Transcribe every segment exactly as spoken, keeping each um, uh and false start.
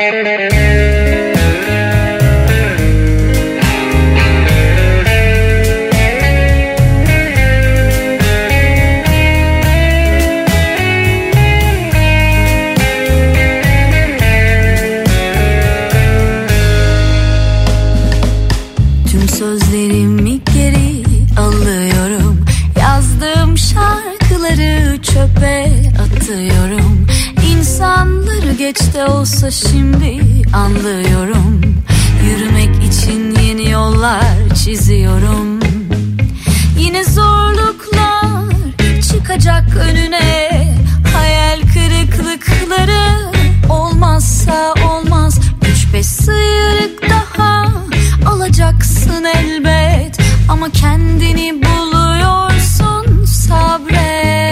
Geç de olsa şimdi anlıyorum. Yürümek için yeni yollar çiziyorum. Yine zorluklar çıkacak önüne. Hayal kırıklıkları olmazsa olmaz. Üç beş sıyrık daha alacaksın elbet. Ama kendini buluyorsun, sabret.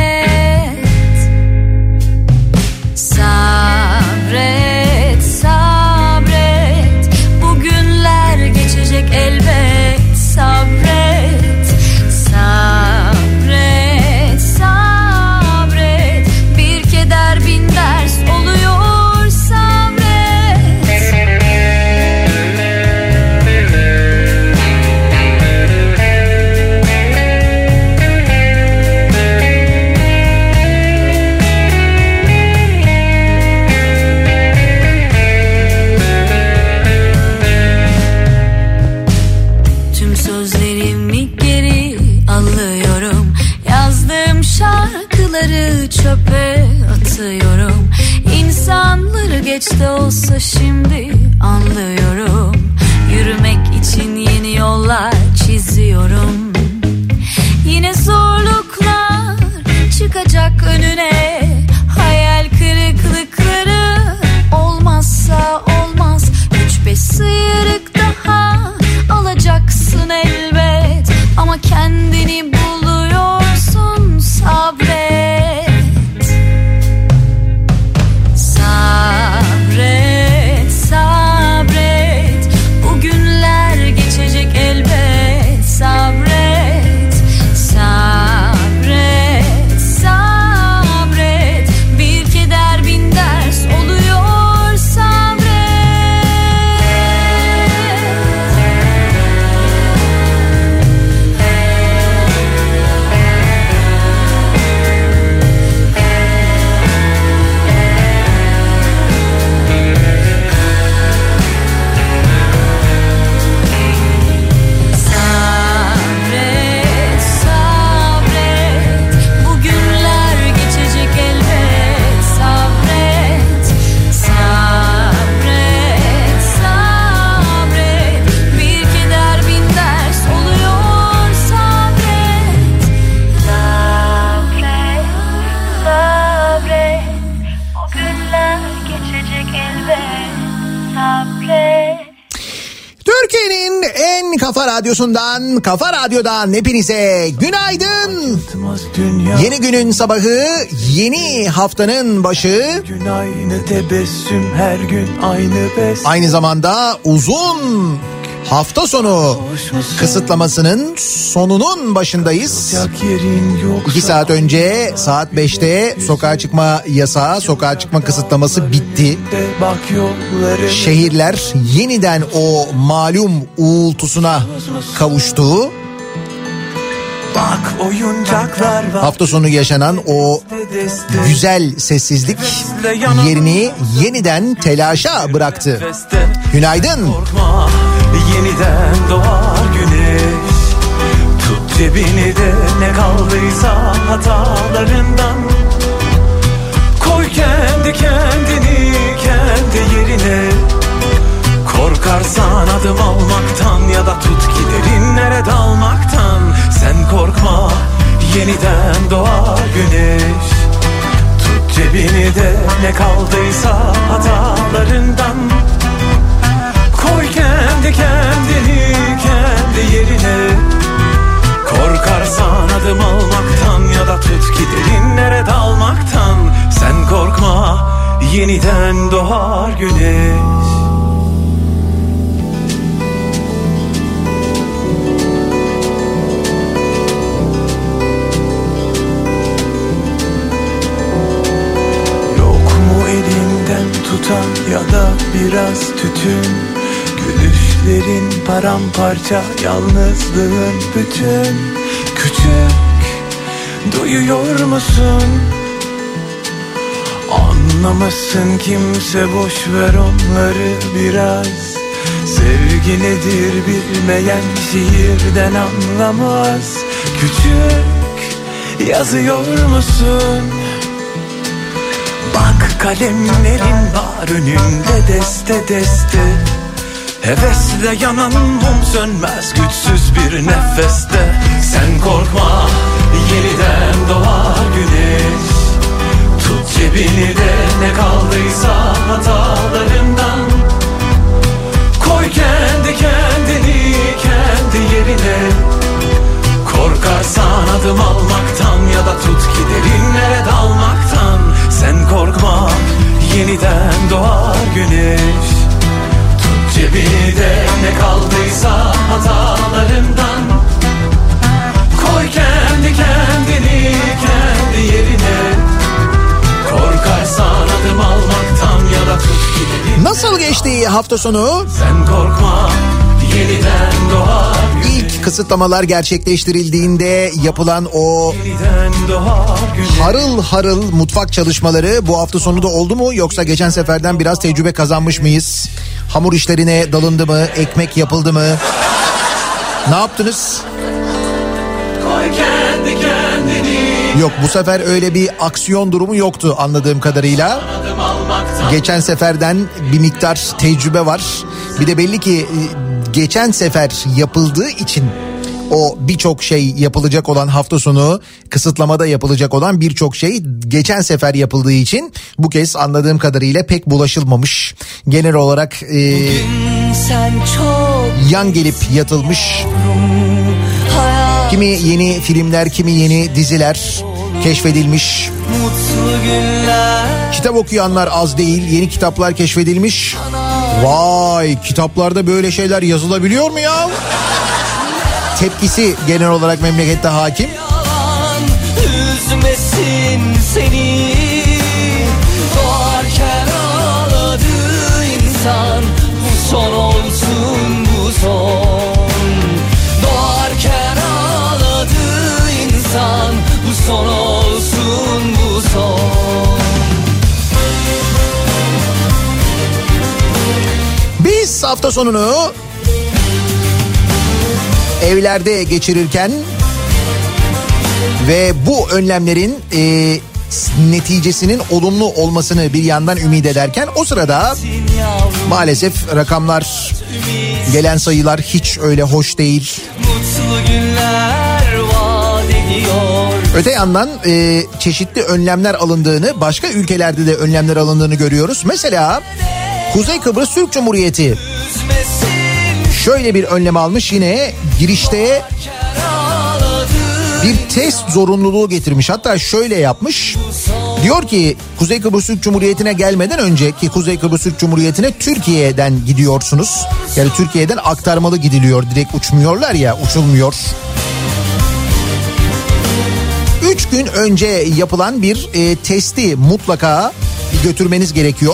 Sabret, sabret. Bugünler geçecek elbet. Sabret, sabret, sabret. Bir keder bin ders oluyor, sabret. Çöpe atıyorum. İnsanları geç de olsa şimdi anlıyorum. Yürümek için yeni yollar çiziyorum. Yine zorluklar çıkacak önüne. Hayal kırıklıkları olmazsa olmaz. Üç beş sıyrık daha alacaksın elbet. Ama kendini buluyorsun, sabret. Sabret, sabret. Bugünler geçecek elbet. Sabret, sabret, sabret. Bir keder bin ders oluyor, sabret. Türkiye'nin en kafa radyosundan, Kafa Radyo'dan hepinize günaydın. Yeni günün sabahı, yeni haftanın başı. Gün aynı tebessüm, her gün aynı bes. Aynı zamanda uzun hafta sonu kısıtlamasının sonunun başındayız. İki saat önce saat beşte sokağa çıkma yasağı, sokağa çıkma kısıtlaması bitti. Şehirler yeniden o malum uğultusuna kavuştu. Bak, oyuncaklar var. Hafta sonu yaşanan o güzel sessizlik yerini yeniden telaşa bıraktı. Günaydın. Korkma, yeniden doğar güneş. Tut cebini de ne kaldıysa hatalarından. Koy kendi kendini kendi yerine. Korkarsan adım almaktan ya da tut ki derinlere dalmaktan. Sen korkma, yeniden doğar güneş. Tut cebini de ne kaldıysa hatalarından. Koy kendi kendini kendi yerine. Korkarsan adım almaktan ya da tut ki derinlere dalmaktan. Sen korkma, yeniden doğar güneş. tutan ya da biraz tütün. Gülüşlerin paramparça, yalnızlığın bütün. Küçük, duyuyor musun? Anlamasın kimse, boş ver onları biraz. Sevgi nedir bilmeyen şiirden anlamaz. Küçük, yazıyor musun? Bak kalemlerin var önünde deste deste. Hevesle yanan mum sönmez güçsüz bir nefeste. Sen korkma, yeniden doğar güneş. Tut cebini de ne kaldıysa hatalarından. Koy kendi kendini kendi yerine. Korkarsan adım almaktan ya da tut ki derinlere dalmaktan. Sen korkma, yeniden doğar güneş. Tut cebini de ne kaldıysa hatalarından. Koy kendi kendini kendi yerine. Korkarsan adım almaktan ya da tut ki derinlere. Nasıl geçti hafta sonu? Sen korkma, yeniden doğar güneş. İlk kısıtlamalar gerçekleştirildiğinde yapılan o harıl harıl mutfak çalışmaları bu hafta sonu da oldu mu? Yoksa geçen seferden biraz tecrübe kazanmış mıyız? Hamur işlerine dalındı mı? Ekmek yapıldı mı? Ne yaptınız? Yok, bu sefer öyle bir aksiyon durumu yoktu anladığım kadarıyla. Geçen seferden bir miktar tecrübe var. Bir de belli ki geçen sefer yapıldığı için o birçok şey yapılacak olan hafta sonu kısıtlamada yapılacak olan birçok şey geçen sefer yapıldığı için bu kez anladığım kadarıyla pek bulaşılmamış. Genel olarak e, yan gelip yatılmış. Kimi yeni filmler, kimi yeni diziler keşfedilmiş. Kitap okuyanlar az değil, yeni kitaplar keşfedilmiş. Vay, kitaplarda böyle şeyler yazılabiliyor mu ya? Tepkisi genel olarak memlekette hakim. Üzmesin seni, doğarken ağladı insan. Bu son olsun, bu son. Doğarken ağladı insan. Bu son olsun, bu son. Biz hafta sonunu evlerde geçirirken ve bu önlemlerin e, neticesinin olumlu olmasını bir yandan ümit ederken o sırada maalesef rakamlar, gelen sayılar hiç öyle hoş değil. Mutlu günler vaat ediyor. Öte yandan e, çeşitli önlemler alındığını, başka ülkelerde de önlemler alındığını görüyoruz. Mesela Kuzey Kıbrıs Türk Cumhuriyeti şöyle bir önlem almış, yine girişte bir test zorunluluğu getirmiş. Hatta şöyle yapmış. Diyor ki Kuzey Kıbrıs Türk Cumhuriyeti'ne gelmeden önce, ki Kuzey Kıbrıs Türk Cumhuriyeti'ne Türkiye'den gidiyorsunuz. Yani Türkiye'den aktarmalı gidiliyor. Direkt uçmuyorlar ya, uçulmuyor. Üç gün önce yapılan bir e, testi mutlaka götürmeniz gerekiyor.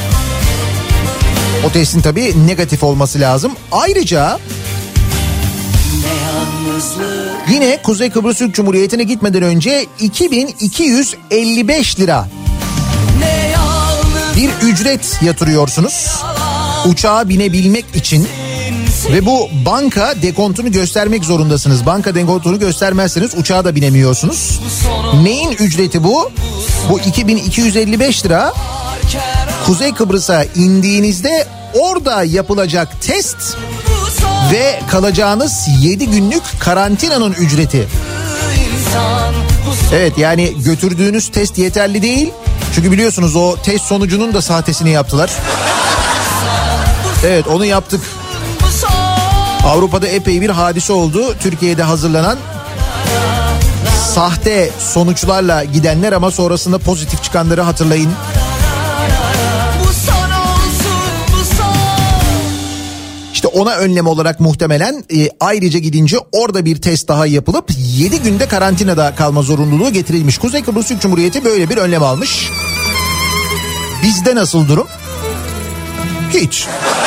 O testin tabii negatif olması lazım. Ayrıca yine Kuzey Kıbrıs Türk Cumhuriyeti'ne gitmeden önce iki bin iki yüz elli beş lira bir ücret yatırıyorsunuz uçağa binebilmek için ve bu banka dekontunu göstermek zorundasınız. Banka dekontunu göstermezseniz uçağa da binemiyorsunuz. Neyin ücreti bu? Bu iki bin iki yüz elli beş lira Kuzey Kıbrıs'a indiğinizde orada yapılacak test ve kalacağınız yedi günlük karantinanın ücreti. Evet, yani götürdüğünüz test yeterli değil. Çünkü biliyorsunuz o test sonucunun da sahtesini yaptılar. Evet, onu yaptık. Avrupa'da epey bir hadise oldu. Türkiye'de hazırlanan sahte sonuçlarla gidenler ama sonrasında pozitif çıkanları hatırlayın. İşte ona önlem olarak muhtemelen e, ayrıca gidince orada bir test daha yapılıp yedi günde karantinada kalma zorunluluğu getirilmiş. Kuzey Kıbrıs Türk Cumhuriyeti böyle bir önlem almış. Bizde nasıl durum? Hiç.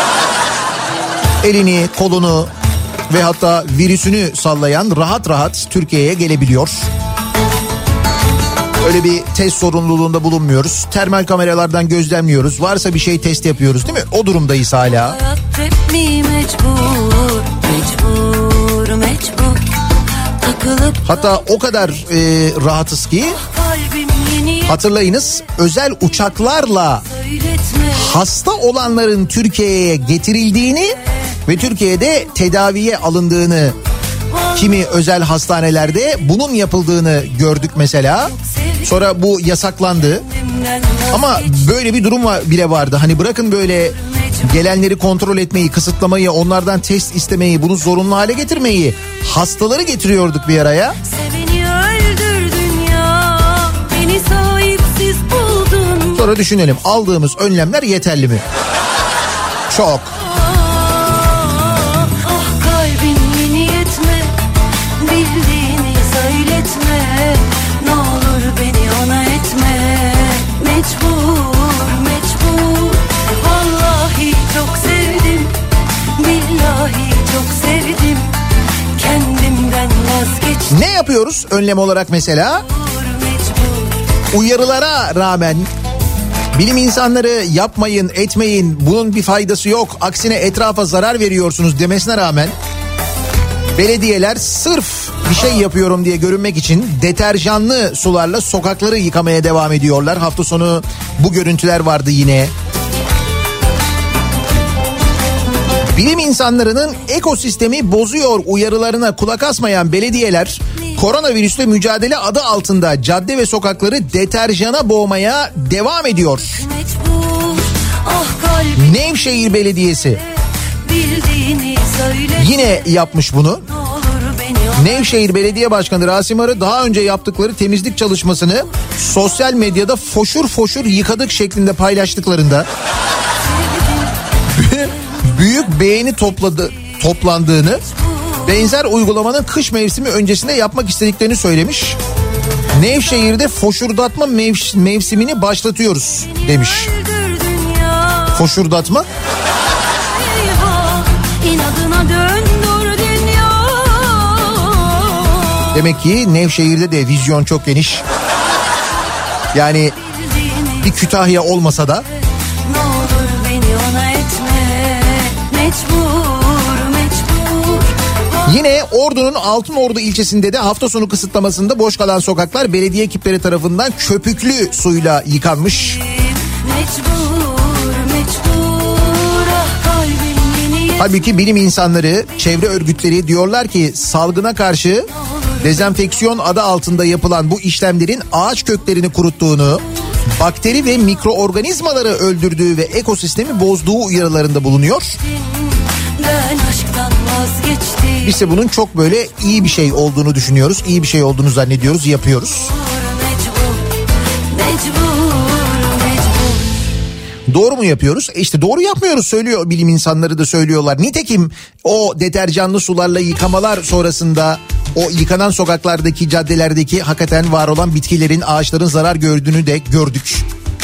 Elini, kolunu ve hatta virüsünü sallayan rahat rahat Türkiye'ye gelebiliyor. Öyle bir test sorumluluğunda bulunmuyoruz. Termal kameralardan gözlemliyoruz. Varsa bir şey test yapıyoruz değil mi? O durumdayız hala. Mecbur, mecbur, mecbur. Hatta o kadar e, rahatız ki hatırlayınız, özel uçaklarla hasta olanların Türkiye'ye getirildiğini ve Türkiye'de tedaviye alındığını, kimi özel hastanelerde bunun yapıldığını gördük mesela. Sonra bu yasaklandı. Ama böyle bir durum bile vardı. Hani bırakın böyle gelenleri kontrol etmeyi, kısıtlamayı, onlardan test istemeyi, bunu zorunlu hale getirmeyi, hastaları getiriyorduk bir araya. Sonra düşünelim, aldığımız önlemler yeterli mi? Çok. Ne yapıyoruz önlem olarak mesela? Uyarılara rağmen bilim insanları yapmayın, etmeyin, bunun bir faydası yok, aksine etrafa zarar veriyorsunuz demesine rağmen belediyeler sırf bir şey yapıyorum diye görünmek için deterjanlı sularla sokakları yıkamaya devam ediyorlar. Hafta sonu bu görüntüler vardı yine. Bilim insanlarının ekosistemi bozuyor uyarılarına kulak asmayan belediyeler koronavirüsle mücadele adı altında cadde ve sokakları deterjana boğmaya devam ediyor. Nevşehir Belediyesi yine yapmış bunu. Nevşehir Belediye Başkanı Rasim Arı daha önce yaptıkları temizlik çalışmasını sosyal medyada foşur foşur yıkadık şeklinde paylaştıklarında büyük beğeni topladı, toplandığını, benzer uygulamanın kış mevsimi öncesinde yapmak istediklerini söylemiş. Nevşehir'de foşurdatma mev- mevsimini başlatıyoruz demiş. Foşurdatma? Demek ki Nevşehir'de de vizyon çok geniş. Yani bir Kütahya olmasa da yine Ordu'nun Altınordu ilçesinde de hafta sonu kısıtlamasında boş kalan sokaklar belediye ekipleri tarafından köpüklü suyla yıkanmış. Halbuki bilim insanları, çevre örgütleri diyorlar ki salgına karşı dezenfeksiyon adı altında yapılan bu işlemlerin ağaç köklerini kuruttuğunu, bakteri ve mikroorganizmaları öldürdüğü ve ekosistemi bozduğu uyarılarında bulunuyor. Biz de bunun çok böyle iyi bir şey olduğunu düşünüyoruz. İyi bir şey olduğunu zannediyoruz, yapıyoruz. Doğru mu yapıyoruz? E işte doğru yapmıyoruz, söylüyor bilim insanları da söylüyorlar. Nitekim o deterjanlı sularla yıkamalar sonrasında o yıkanan sokaklardaki, caddelerdeki hakikaten var olan bitkilerin, ağaçların zarar gördüğünü de gördük.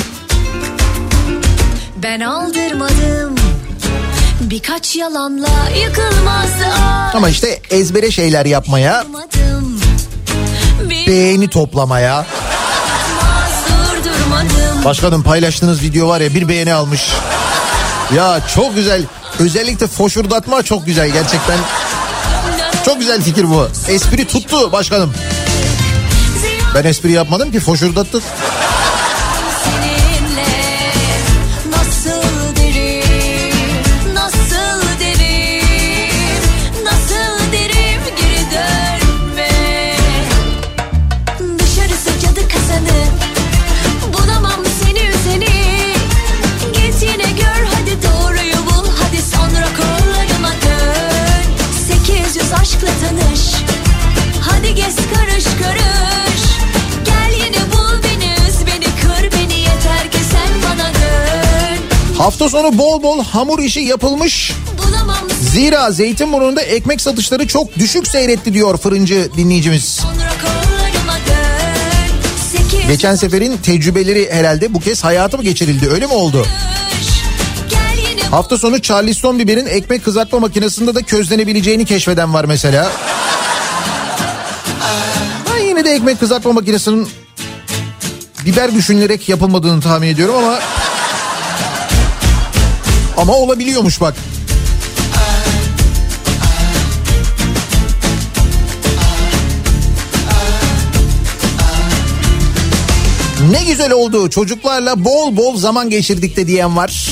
Ben aldırmadım. Birkaç yalanla yıkılmazdı ağaç. Ama işte ezbere şeyler yapmaya, beğeni toplamaya. Başkanım paylaştığınız video var ya, bir beğeni almış. Ya çok güzel. Özellikle foşurdatma çok güzel gerçekten. Çok güzel fikir bu. Espri tuttu başkanım. Ben espri yapmadım ki, foşurdattık. Hafta sonu bol bol hamur işi yapılmış. Zira Zeytinburnu'nda ekmek satışları çok düşük seyretti diyor fırıncı dinleyicimiz. Geçen seferin tecrübeleri herhalde bu kez hayata mı geçirildi, öyle mi oldu? Hafta sonu Charleston biberin ekmek kızartma makinesinde de közlenebileceğini keşfeden var mesela. Ben yine de ekmek kızartma makinesinin biber düşünülerek yapılmadığını tahmin ediyorum ama... Ama olabiliyormuş bak. Ne güzel oldu, çocuklarla bol bol zaman geçirdik de diyen var.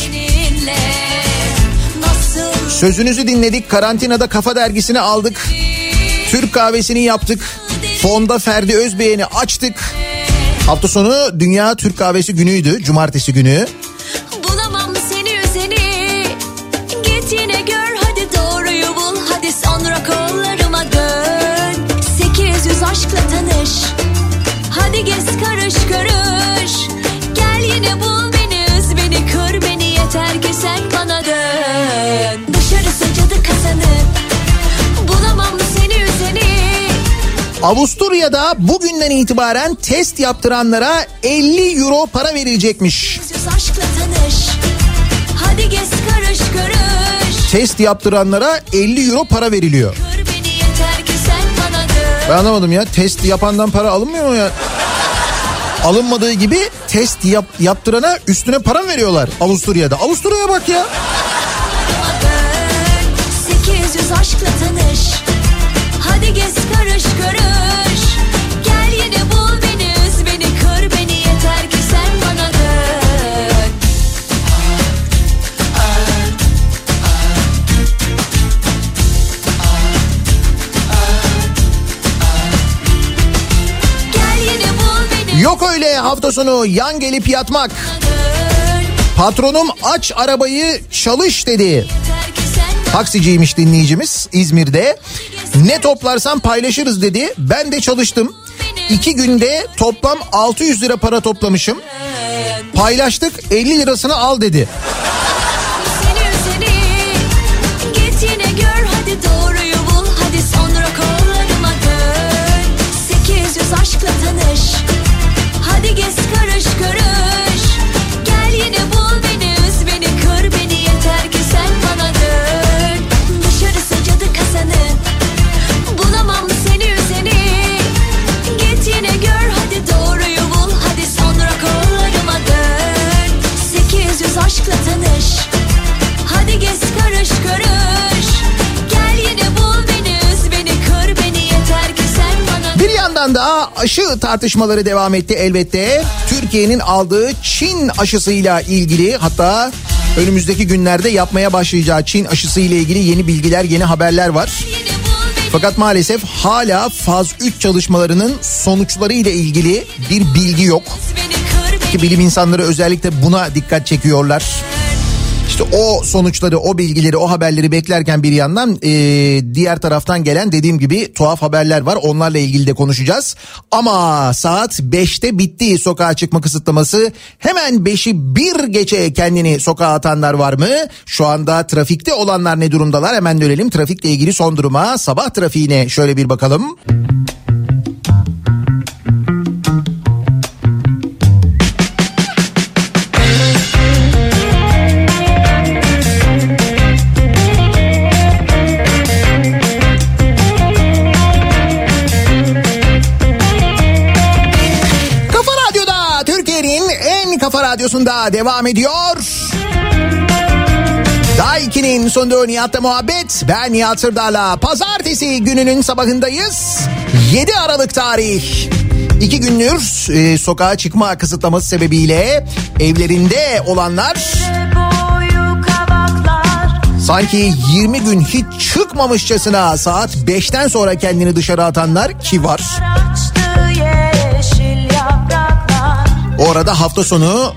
Sözünüzü dinledik, karantinada Kafa Dergisi'ni aldık. Türk kahvesini yaptık. Fonda Ferdi Özbeğen'i açtık. Hafta sonu Dünya Türk Kahvesi günüydü, cumartesi günü. Bulamam seni üzeni, git yine gör hadi doğruyu bul, hadi sonra kollarıma dön. sekiz yüz aşkla tanış, hadi gez karış karış, gel yine bul beni, üz beni, kır beni, yeter ki sen bana dön. Dışarısı cadı kazanır, bulamam seni üzeni. Avusturya'da bugünden itibaren test yaptıranlara elli euro para verilecekmiş. Hadi gez karış karış. Test yaptıranlara elli euro para veriliyor. Ben anlamadım ya, test yapandan para alınmıyor mu ya? Alınmadığı gibi test yap, yaptırana üstüne para mı veriyorlar Avusturya'da? Avusturya'ya bak ya. sekiz yüz aşkla tanış. Hadi gez karış karış. Gel yine bul beni, üz beni, kır beni, yeter ki sen bana dön. Gel yine bul beni. Yok öyle hafta sonu yan gelip yatmak. Patronum aç arabayı çalış dedi. Taksiciymiş dinleyicimiz İzmir'de. Ne toplarsam paylaşırız dedi. Ben de çalıştım. İki günde toplam altı yüz lira para toplamışım. Paylaştık, elli lirasını al dedi. Seni üzeni, git yine gör hadi doğruyu bul, hadi sonra kollarıma dön. sekiz yüz aşkla tanış, hadi gez karış karış. Gel yine bul beni, üz beni, kır beni, yeter ki sen bana dön. Dışarısı cadı kazanır, bulamam seni üzeni. Git yine gör hadi doğruyu bul, hadi sonra kollarıma dön. sekiz yüz aşkla tanış, hadi gez karış karış. Gel yine bul beni, üz beni, kır beni, yeter ki sen bana. Bir yandan da aşı tartışmaları devam etti elbette. Türkiye'nin aldığı Çin aşısıyla ilgili, hatta önümüzdeki günlerde yapmaya başlayacağı Çin aşısı ile ilgili yeni bilgiler, yeni haberler var. Fakat maalesef hala faz üç çalışmalarının sonuçları ile ilgili bir bilgi yok. Ki bilim insanları özellikle buna dikkat çekiyorlar. İşte o sonuçları, o bilgileri, o haberleri beklerken bir yandan e, diğer taraftan gelen dediğim gibi tuhaf haberler var. Onlarla ilgili de konuşacağız. Ama saat beşte bitti sokağa çıkma kısıtlaması. Hemen beşi bir geçe kendini sokağa atanlar var mı? Şu anda trafikte olanlar ne durumdalar? Hemen dönelim trafikle ilgili son duruma. Sabah trafiğine şöyle bir bakalım. Kafa Radyosu'nda devam ediyor. Daiki'nin sonunda Nihat'la muhabbet. Ben Nihat Sırdar'la pazartesi gününün sabahındayız. yedi Aralık tarih. İki gündür e, sokağa çıkma kısıtlaması sebebiyle evlerinde olanlar, sanki yirmi gün hiç çıkmamışçasına saat beşten sonra kendini dışarı atanlar ki var. Orada hafta sonu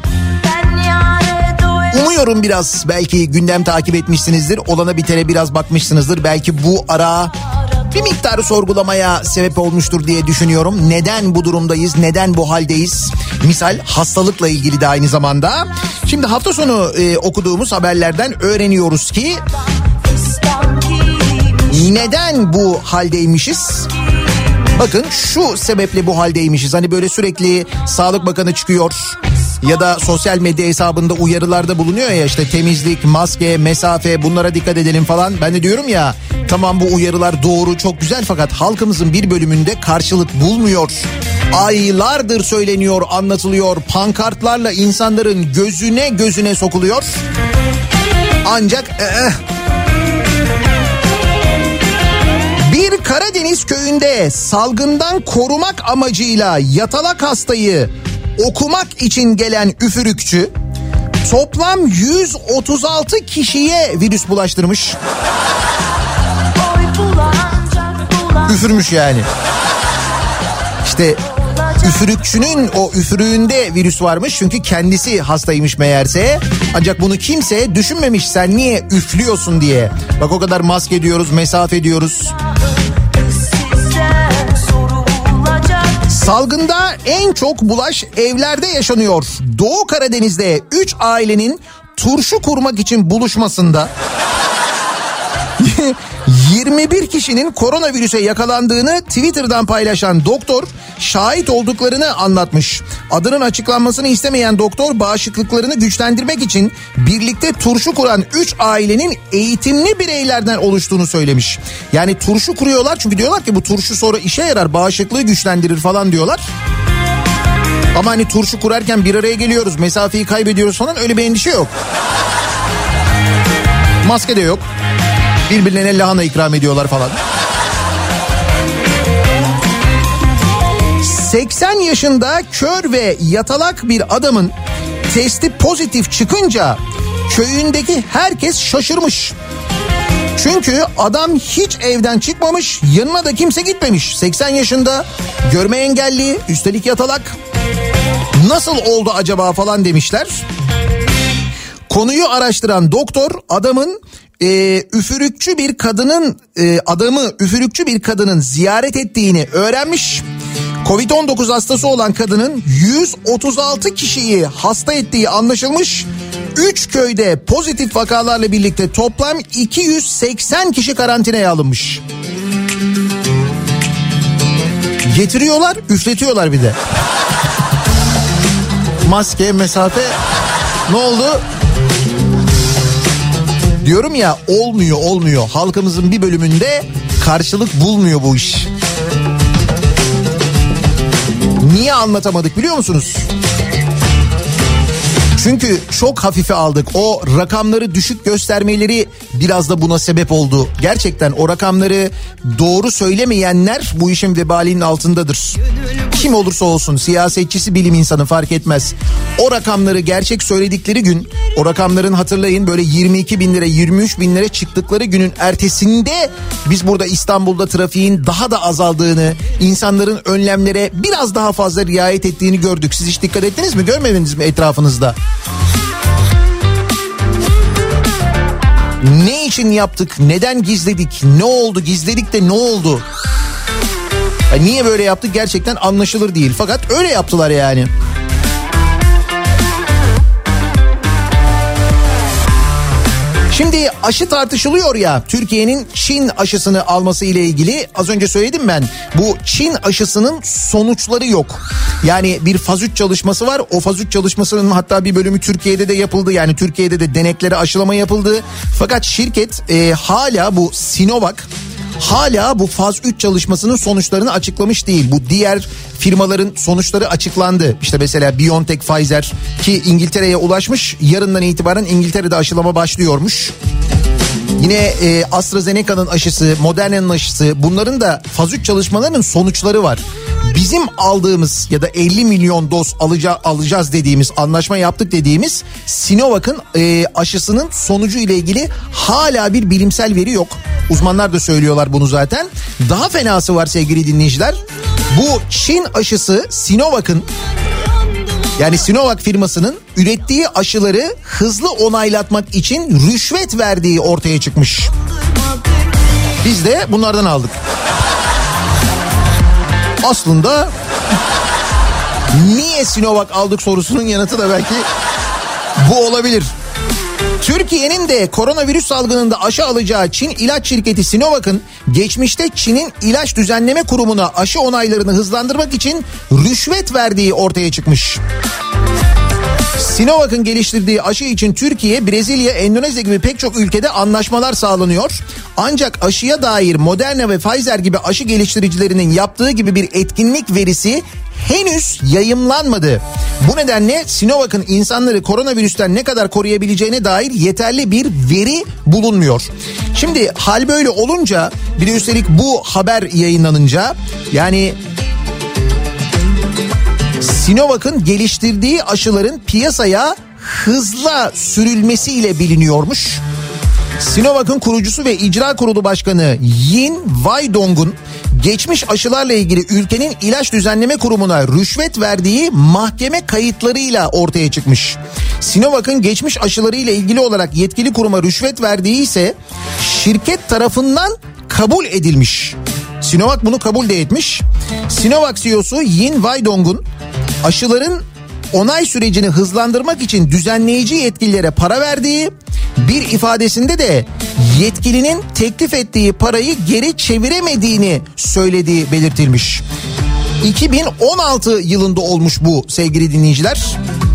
umuyorum biraz belki gündem takip etmişsinizdir. Olana bitene biraz bakmışsınızdır. Belki bu ara bir miktarı sorgulamaya sebep olmuştur diye düşünüyorum. Neden bu durumdayız? Neden bu haldeyiz? Misal hastalıkla ilgili de aynı zamanda. Şimdi hafta sonu e, okuduğumuz haberlerden öğreniyoruz ki neden bu haldeymişiz? Bakın şu sebeple bu haldeymişiz. Hani böyle sürekli Sağlık Bakanı çıkıyor ya da sosyal medya hesabında uyarılarda bulunuyor ya, işte temizlik, maske, mesafe, bunlara dikkat edelim falan. Ben de diyorum ya, tamam bu uyarılar doğru, çok güzel, fakat halkımızın bir bölümünde karşılık bulmuyor. Aylardır söyleniyor, anlatılıyor, pankartlarla insanların gözüne gözüne sokuluyor. Ancak ee, bir Karadeniz köyünde salgından korumak amacıyla yatalak hastayı okumak için gelen üfürükçü toplam yüz otuz altı kişiye virüs bulaştırmış. Üfürmüş yani. İşte üfürükçünün o üfürüğünde virüs varmış, çünkü kendisi hastaymış meğerse. Ancak bunu kimse düşünmemiş, sen niye üflüyorsun diye. Bak o kadar maske diyoruz, mesafe diyoruz. Salgında en çok bulaş evlerde yaşanıyor. Doğu Karadeniz'de üç ailenin turşu kurmak için buluşmasında yirmi bir kişinin koronavirüse yakalandığını Twitter'dan paylaşan doktor şahit olduklarını anlatmış. Adının açıklanmasını istemeyen doktor bağışıklıklarını güçlendirmek için birlikte turşu kuran üç ailenin eğitimli bireylerden oluştuğunu söylemiş. Yani turşu kuruyorlar çünkü diyorlar ki bu turşu sonra işe yarar, bağışıklığı güçlendirir falan diyorlar. Ama hani turşu kurarken bir araya geliyoruz, mesafeyi kaybediyoruz falan, öyle bir endişe yok. Maske de yok. Birbirlerine lahana ikram ediyorlar falan. seksen yaşında kör ve yatalak bir adamın testi pozitif çıkınca köyündeki herkes şaşırmış. Çünkü adam hiç evden çıkmamış, yanına da kimse gitmemiş. seksen yaşında, görme engelli, üstelik yatalak. Nasıl oldu acaba falan demişler. Konuyu araştıran doktor adamın e, üfürükçü bir kadının e, adamı üfürükçü bir kadının ziyaret ettiğini öğrenmiş. kovid on dokuz hastası olan kadının yüz otuz altı kişiyi hasta ettiği anlaşılmış. üç köyde pozitif vakalarla birlikte toplam iki yüz seksen kişi karantinaya alınmış. Getiriyorlar, üfletiyorlar bir de. Maske, mesafe, ne oldu? Diyorum ya, olmuyor olmuyor. Halkımızın bir bölümünde karşılık bulmuyor bu iş. Niye anlatamadık biliyor musunuz? Çünkü çok hafife aldık. O rakamları düşük göstermeleri biraz da buna sebep oldu. Gerçekten o rakamları doğru söylemeyenler bu işin vebalinin altındadır. Kim olursa olsun, siyasetçisi, bilim insanı fark etmez. O rakamları gerçek söyledikleri gün, o rakamların hatırlayın böyle yirmi iki bin lira, yirmi üç bin lira çıktıkları günün ertesinde biz burada İstanbul'da trafiğin daha da azaldığını, insanların önlemlere biraz daha fazla riayet ettiğini gördük. Siz hiç dikkat ettiniz mi, görmediniz mi etrafınızda? Ne için yaptık? Neden gizledik? Ne oldu? Gizledik de ne oldu? Yani niye böyle yaptık gerçekten anlaşılır değil. Fakat öyle yaptılar yani. Şimdi aşı tartışılıyor ya, Türkiye'nin Çin aşısını alması ile ilgili. Az önce söyledim ben, bu Çin aşısının sonuçları yok. Yani bir faz üç çalışması var, o faz üç çalışmasının hatta bir bölümü Türkiye'de de yapıldı. Yani Türkiye'de de deneklere aşılama yapıldı. Fakat şirket e, hala bu Sinovac hala bu faz üç çalışmasının sonuçlarını açıklamış değil. Bu diğer firmaların sonuçları açıklandı. İşte mesela BioNTech, Pfizer ki İngiltere'ye ulaşmış. Yarından itibaren İngiltere'de aşılama başlıyormuş. Yine e, AstraZeneca'nın aşısı, Moderna'nın aşısı, bunların da faz üç çalışmalarının sonuçları var. Bizim aldığımız ya da elli milyon doz alaca, alacağız dediğimiz, anlaşma yaptık dediğimiz Sinovac'ın e, aşısının sonucu ile ilgili hala bir bilimsel veri yok. Uzmanlar da söylüyorlar bunu zaten. Daha fenası var sevgili dinleyiciler. Bu Çin aşısı Sinovac'ın, yani Sinovac firmasının ürettiği aşıları hızlı onaylatmak için rüşvet verdiği ortaya çıkmış. Biz de bunlardan aldık. Aslında niye Sinovac aldık sorusunun yanıtı da belki bu olabilir. Türkiye'nin de koronavirüs salgınında aşı alacağı Çin ilaç şirketi Sinovac'ın geçmişte Çin'in ilaç düzenleme kurumuna aşı onaylarını hızlandırmak için rüşvet verdiği ortaya çıkmış. Sinovac'ın geliştirdiği aşı için Türkiye, Brezilya, Endonezya gibi pek çok ülkede anlaşmalar sağlanıyor. Ancak aşıya dair Moderna ve Pfizer gibi aşı geliştiricilerinin yaptığı gibi bir etkinlik verisi henüz yayımlanmadı. Bu nedenle Sinovac'ın insanları koronavirüsten ne kadar koruyabileceğine dair yeterli bir veri bulunmuyor. Şimdi hal böyle olunca, bir de üstelik bu haber yayınlanınca, yani Sinovac'ın geliştirdiği aşıların piyasaya hızla sürülmesiyle biliniyormuş. Sinovac'ın kurucusu ve icra kurulu başkanı Yin Weidong'un geçmiş aşılarla ilgili ülkenin ilaç düzenleme kurumuna rüşvet verdiği mahkeme kayıtlarıyla ortaya çıkmış. Sinovac'ın geçmiş aşılarıyla ilgili olarak yetkili kuruma rüşvet verdiği ise şirket tarafından kabul edilmiş. Sinovac bunu kabul de etmiş. Sinovac C E O'su Yin Weidong'un aşıların onay sürecini hızlandırmak için düzenleyici yetkililere para verdiği, bir ifadesinde de yetkilinin teklif ettiği parayı geri çeviremediğini söylediği belirtilmiş. iki bin on altı yılında olmuş bu sevgili dinleyiciler.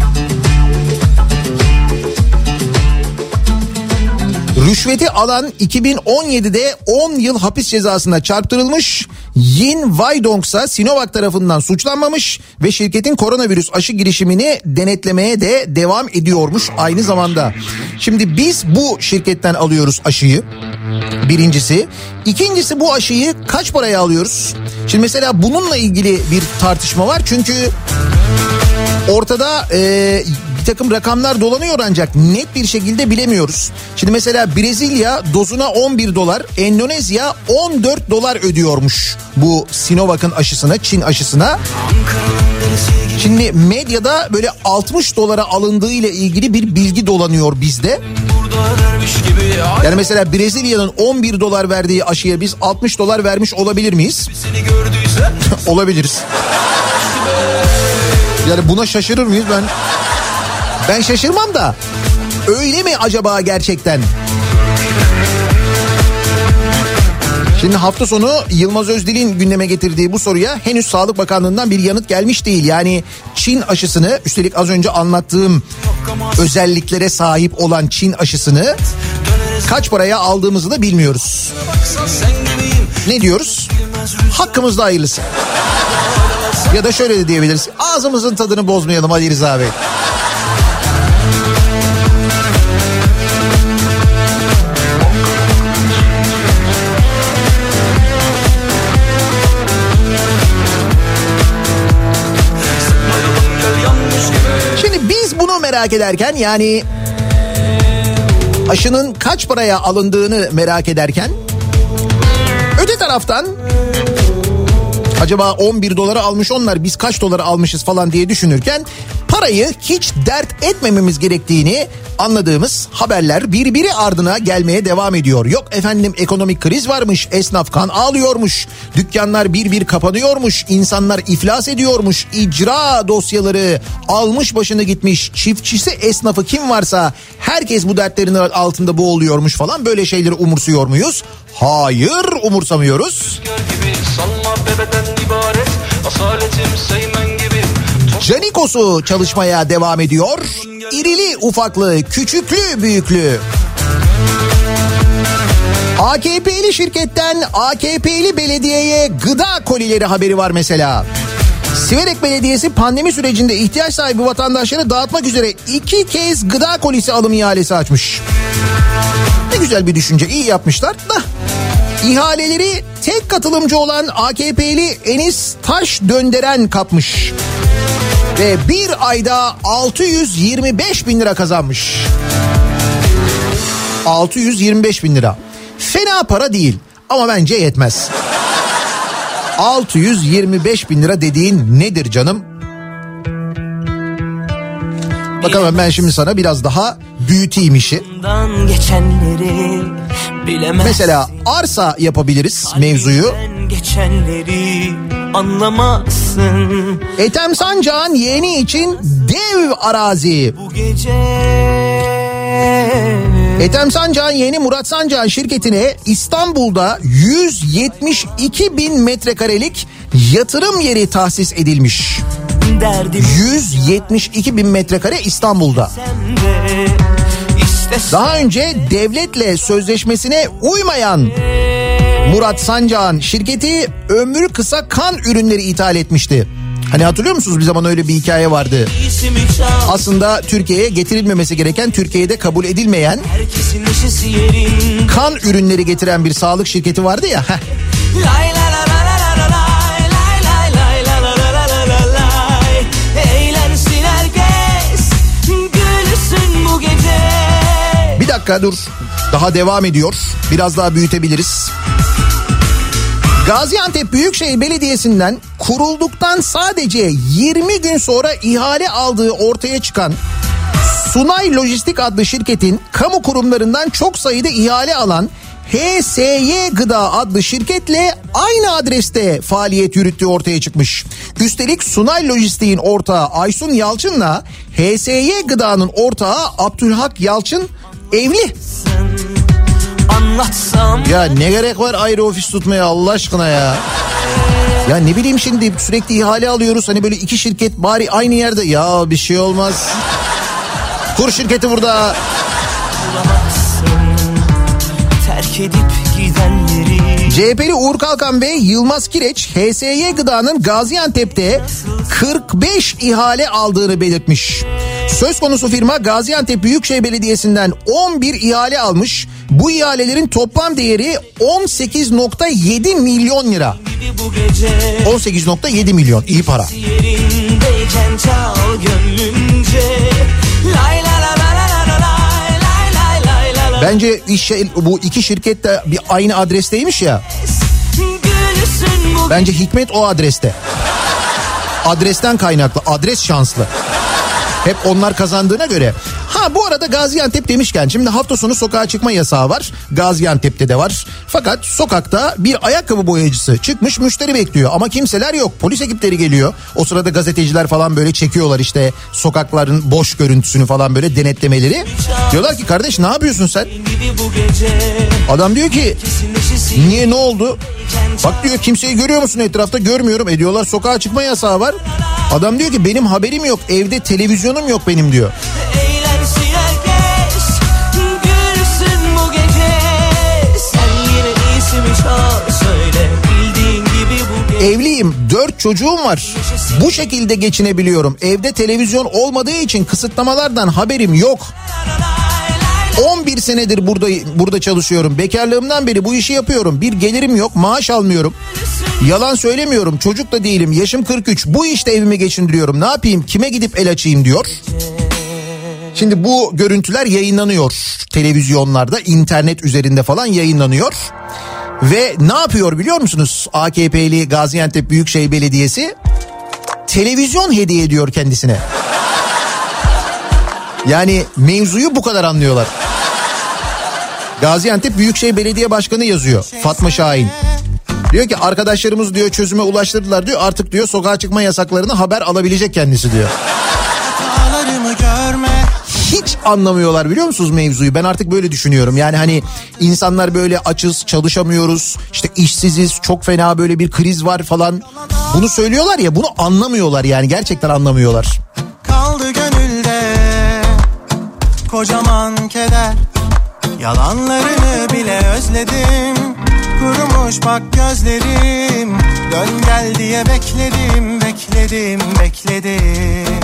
Rüşveti alan iki bin on yedide on yıl hapis cezasına çarptırılmış. Yin Weidong ise Sinovac tarafından suçlanmamış ve şirketin koronavirüs aşı girişimini denetlemeye de devam ediyormuş aynı zamanda. Şimdi biz bu şirketten alıyoruz aşıyı. Birincisi. İkincisi, bu aşıyı kaç paraya alıyoruz? Şimdi mesela bununla ilgili bir tartışma var. Çünkü ortada e, bir takım rakamlar dolanıyor ancak net bir şekilde bilemiyoruz. Şimdi mesela Brezilya dozuna on bir dolar, Endonezya on dört dolar ödüyormuş bu Sinovac'ın aşısına, Çin aşısına. Şimdi medyada böyle altmış dolara alındığı ile ilgili bir bilgi dolanıyor bizde. Yani mesela Brezilya'nın on bir dolar verdiği aşıya biz altmış dolar vermiş olabilir miyiz? Olabiliriz. Yani buna şaşırır mıyız? Ben ben şaşırmam da, öyle mi acaba gerçekten? Şimdi hafta sonu Yılmaz Özdil'in gündeme getirdiği bu soruya henüz Sağlık Bakanlığı'ndan bir yanıt gelmiş değil. Yani Çin aşısını, üstelik az önce anlattığım özelliklere sahip olan Çin aşısını kaç paraya aldığımızı da bilmiyoruz. Ne diyoruz? Hakkımızda hayırlısı. Ya da şöyle de diyebiliriz: ağzımızın tadını bozmayalım Ali Rıza Bey. Şimdi biz bunu merak ederken, yani aşının kaç paraya alındığını merak ederken, öte taraftan acaba on bir dolara almış onlar, biz kaç dolara almışız falan diye düşünürken parayı hiç dert etmememiz gerektiğini anladığımız haberler birbiri ardına gelmeye devam ediyor. Yok efendim, ekonomik kriz varmış, esnaf kan ağlıyormuş, dükkanlar bir bir kapanıyormuş, insanlar iflas ediyormuş, icra dosyaları almış başını gitmiş, çiftçisi esnafı kim varsa herkes bu dertlerin altında boğuluyormuş falan, böyle şeyleri umursuyor muyuz? Hayır, umursamıyoruz. Canikos'u çalışmaya devam ediyor. İrili ufaklı, küçüklü büyüklü. A K P'li şirketten A K P'li belediyeye gıda kolileri haberi var mesela. Siverek Belediyesi pandemi sürecinde ihtiyaç sahibi vatandaşlara dağıtmak üzere iki kez gıda kolisi alım ihalesi açmış. Ne güzel bir düşünce, iyi yapmışlar da. İhaleleri tek katılımcı olan A K P'li Enis Taş Dönderen kapmış. Ve bir ayda altı yüz yirmi beş bin lira kazanmış. altı yüz yirmi beş bin lira. Fena para değil ama bence yetmez. altı yüz yirmi beş bin lira dediğin nedir canım? Bakalım, ben şimdi sana biraz daha büyüteyim işi. Mesela arsa yapabiliriz mevzuyu. Geçenleri anlamazsın. Ethem Sancak'ın yeğeni için dev arazi. Bu gece Ethem Sancak'ın yeğeni Murat Sancak'ın şirketine İstanbul'da yüz yetmiş iki bin metrekarelik yatırım yeri tahsis edilmiş. yüz yetmiş iki bin metrekare İstanbul'da. Daha önce devletle sözleşmesine uymayan Murat Sancak'ın şirketi ömrü kısa kan ürünleri ithal etmişti. Hani hatırlıyor musunuz, bir zaman öyle bir hikaye vardı. Aslında Türkiye'ye getirilmemesi gereken, Türkiye'de kabul edilmeyen kan ürünleri getiren bir sağlık şirketi vardı ya. Bir dakika dur, daha devam ediyor. Biraz daha büyütebiliriz. Gaziantep Büyükşehir Belediyesi'nden kurulduktan sadece yirmi gün sonra ihale aldığı ortaya çıkan Sunay Lojistik adlı şirketin kamu kurumlarından çok sayıda ihale alan H S Y Gıda adlı şirketle aynı adreste faaliyet yürüttüğü ortaya çıkmış. Üstelik Sunay Lojistik'in ortağı Aysun Yalçın'la H S Y Gıda'nın ortağı Abdülhak Yalçın evli. Anlatsam. Ya ne gerek var ayrı ofis tutmaya Allah aşkına ya. Ya ne bileyim, şimdi sürekli ihale alıyoruz. Hani böyle iki şirket bari aynı yerde. Ya bir şey olmaz. Kur şirketi burada. Terk edip gidenleri. C H P'li Uğur Kalkan ve Yılmaz Kireç H S Y Gıda'nın Gaziantep'te kırk beş ihale aldığını belirtmiş. Söz konusu firma Gaziantep Büyükşehir Belediyesi'nden on bir ihale almış. Bu ihalelerin toplam değeri on sekiz virgül yedi milyon lira. on sekiz virgül yedi milyon, iyi para. Bence iş, bu iki şirket de bir aynı adresteymiş ya. Bence hikmet o adreste. Adresten kaynaklı, adres şanslı. Hep onlar kazandığına göre. Ha bu arada Gaziantep demişken, şimdi hafta sonu sokağa çıkma yasağı var. Gaziantep'te de var. Fakat sokakta bir ayakkabı boyacısı çıkmış, müşteri bekliyor. Ama kimseler yok. Polis ekipleri geliyor. O sırada gazeteciler falan böyle çekiyorlar işte sokakların boş görüntüsünü falan, böyle denetlemeleri. Diyorlar ki kardeş ne yapıyorsun sen? Adam diyor ki niye, ne oldu? Bak diyor kimseyi görüyor musun etrafta? Görmüyorum. E diyorlar sokağa çıkma yasağı var. Adam diyor ki benim haberim yok. Evde televizyonum yok benim diyor. Evliyim, dört çocuğum var. Bu şekilde geçinebiliyorum. Evde televizyon olmadığı için kısıtlamalardan haberim yok. on bir senedir burada burada çalışıyorum. Bekarlığımdan beri bu işi yapıyorum. Bir gelirim yok, maaş almıyorum. Yalan söylemiyorum, çocuk da değilim. Yaşım kırk üç. Bu işte evimi geçindiriyorum. Ne yapayım? Kime gidip el açayım diyor. Şimdi bu görüntüler yayınlanıyor. Televizyonlarda, internet üzerinde falan yayınlanıyor. Ve ne yapıyor biliyor musunuz? A K P'li Gaziantep Büyükşehir Belediyesi televizyon hediye ediyor kendisine. Yani mevzuyu bu kadar anlıyorlar. Gaziantep Büyükşehir Belediye Başkanı yazıyor, Fatma Şahin. Diyor ki arkadaşlarımız diyor çözüme ulaştırdılar diyor, artık diyor sokağa çıkma yasaklarını haber alabilecek kendisi diyor. Hiç anlamıyorlar biliyor musunuz mevzuyu? Ben artık böyle düşünüyorum. Yani hani insanlar böyle açız, çalışamıyoruz, işte işsiziz, çok fena böyle bir kriz var falan. Bunu söylüyorlar ya, bunu anlamıyorlar yani, gerçekten anlamıyorlar. Kaldı gönülde kocaman keder, yalanlarını bile özledim. Kurumuş bak gözlerim, dön gel diye bekledim, bekledim, bekledim.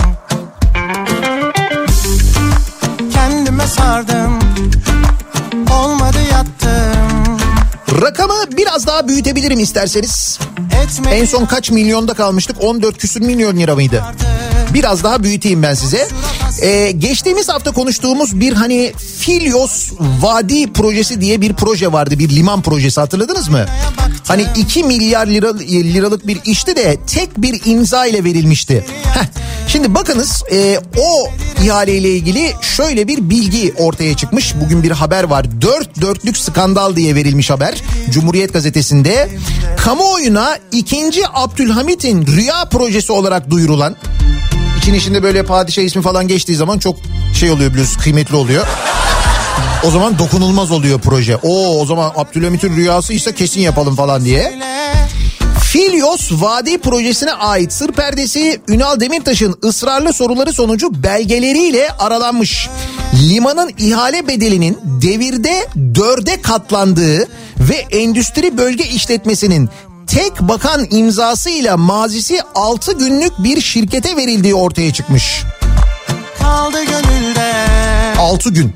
Kendime sardım, olmadı yattım. Rakamı biraz daha büyütebilirim isterseniz. Etmedi. En son kaç milyonda kalmıştık? on dört küsür milyon lira mıydı? Biraz daha büyüteyim ben size. Ee, geçtiğimiz hafta konuştuğumuz bir hani Filyos Vadi projesi diye bir proje vardı. Bir liman projesi, hatırladınız mı? Hani iki milyar lira, liralık bir işti de tek bir imza ile verilmişti. Heh. Şimdi bakınız e, o ihaleyle ilgili şöyle bir bilgi ortaya çıkmış. Bugün bir haber var. Dört dörtlük skandal diye verilmiş haber. Cumhuriyet Gazetesi'nde. Kamuoyuna ikinci Abdülhamit'in rüya projesi olarak duyurulan, İçin içinde böyle padişah ismi falan geçtiği zaman çok şey oluyor biliyorsunuz, kıymetli oluyor. O zaman dokunulmaz oluyor proje. Oo, o zaman Abdülhamit'in rüyasıysa kesin yapalım falan diye. Filyos Vadi projesine ait sır perdesi Ünal Demirtaş'ın ısrarlı soruları sonucu belgeleriyle aralanmış. Limanın ihale bedelinin devirde dörde katlandığı ve endüstri bölge işletmesinin tek bakan imzasıyla mazisi altı günlük bir şirkete verildiği ortaya çıkmış. Kaldı gönülde. altı gün.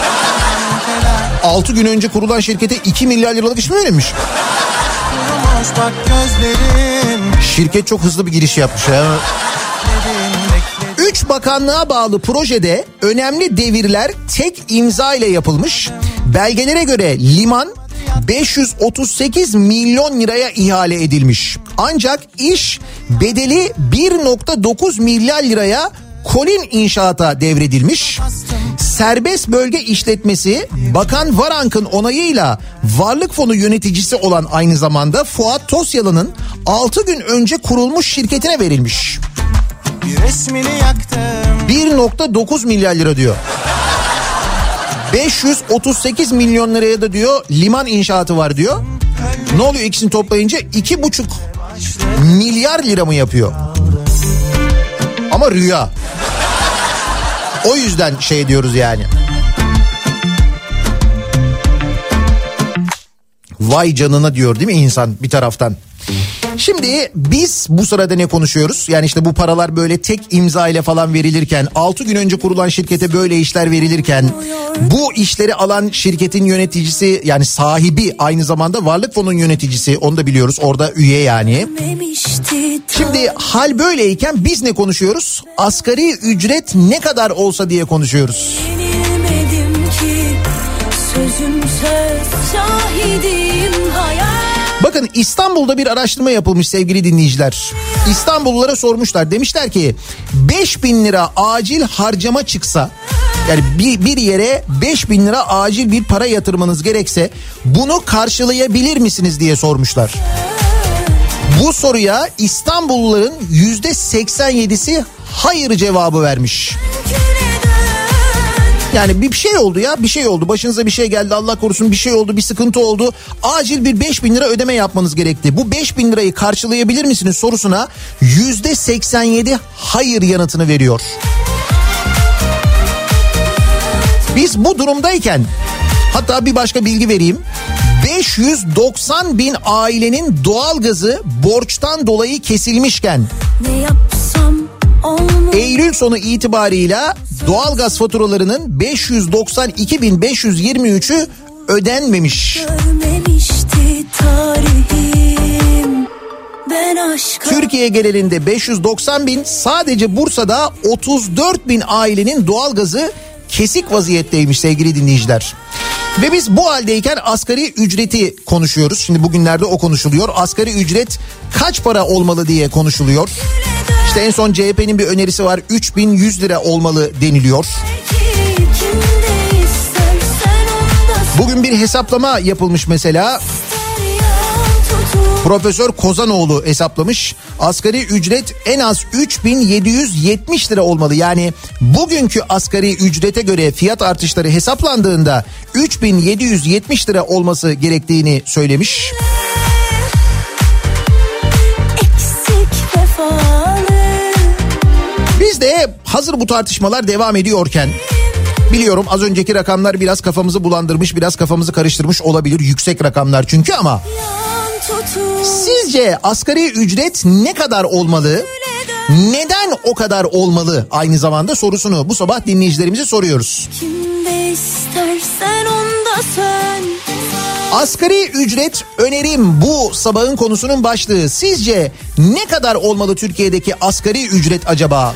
altı gün önce kurulan şirkete iki milyar liralık iş mi verilmiş? Bak gözlerim. Şirket çok hızlı bir giriş yapmış ya. Üç bakanlığa bağlı projede önemli devirler tek imza ile yapılmış. Belgelere göre liman beş yüz otuz sekiz milyon liraya ihale edilmiş. Ancak iş bedeli bir virgül dokuz milyar liraya Kolin İnşaat'a devredilmiş. Serbest bölge işletmesi Bakan Varank'ın onayıyla Varlık Fonu yöneticisi olan aynı zamanda Fuat Tosyalı'nın altı gün önce kurulmuş şirketine verilmiş. Bir resmini yaktım. bir virgül dokuz milyar lira diyor. beş yüz otuz sekiz milyon liraya da diyor liman inşaatı var diyor. Ne oluyor ikisini toplayınca iki buçuk milyar lira mı yapıyor? Ama rüya. O yüzden şey diyoruz yani. Vay canına diyor değil mi insan bir taraftan? Şimdi biz bu sırada ne konuşuyoruz? Yani işte bu paralar böyle tek imza ile falan verilirken, altı gün önce kurulan şirkete böyle işler verilirken, bu işleri alan şirketin yöneticisi yani sahibi aynı zamanda Varlık Fonu'nun yöneticisi, onu da biliyoruz orada üye yani. Şimdi hal böyleyken biz ne konuşuyoruz? Asgari ücret ne kadar olsa diye konuşuyoruz. Yenilmedim ki sözüm söz şahidim hayal. Bakın İstanbul'da bir araştırma yapılmış sevgili dinleyiciler. İstanbullulara sormuşlar, demişler ki beş bin lira acil harcama çıksa, yani bir, bir yere beş bin lira acil bir para yatırmanız gerekse bunu karşılayabilir misiniz diye sormuşlar. Bu soruya İstanbulluların yüzde seksen yedisi hayır cevabı vermiş. Yani bir şey oldu ya bir şey oldu başınıza bir şey geldi Allah korusun bir şey oldu bir sıkıntı oldu acil bir beş bin lira ödeme yapmanız gerekti. Bu beş bin lirayı karşılayabilir misiniz sorusuna yüzde seksen yedi hayır yanıtını veriyor. Biz bu durumdayken hatta bir başka bilgi vereyim. beş yüz doksan bin ailenin doğalgazı borçtan dolayı kesilmişken Ne yapsam olmaz. Eylül sonu itibarıyla doğalgaz faturalarının beş yüz doksan iki bin beş yüz yirmi üçü ödenmemiş. Görmemişti tarihim. Ben aşka... Türkiye genelinde beş yüz doksan bin, sadece Bursa'da otuz dört bin ailenin doğalgazı kesik vaziyetteymiş sevgili dinleyiciler. Ve biz bu haldeyken asgari ücreti konuşuyoruz. Şimdi bugünlerde o konuşuluyor. Asgari ücret kaç para olmalı diye konuşuluyor. İşte en son C H P'nin bir önerisi var. üç bin yüz lira olmalı deniliyor. Bugün bir hesaplama yapılmış mesela. Profesör Kozanoğlu hesaplamış. Asgari ücret en az üç bin yedi yüz yetmiş lira olmalı. Yani bugünkü asgari ücrete göre fiyat artışları hesaplandığında üç bin yedi yüz yetmiş lira olması gerektiğini söylemiş. Biz de hazır bu tartışmalar devam ediyorken, biliyorum az önceki rakamlar biraz kafamızı bulandırmış, biraz kafamızı karıştırmış olabilir. Yüksek rakamlar çünkü ama sizce asgari ücret ne kadar olmalı? Neden o kadar olmalı? Aynı zamanda sorusunu bu sabah dinleyicilerimize soruyoruz. Kimde istersen onda sen. Asgari ücret önerim bu sabahın konusunun başlığı. Sizce ne kadar olmalı Türkiye'deki asgari ücret acaba?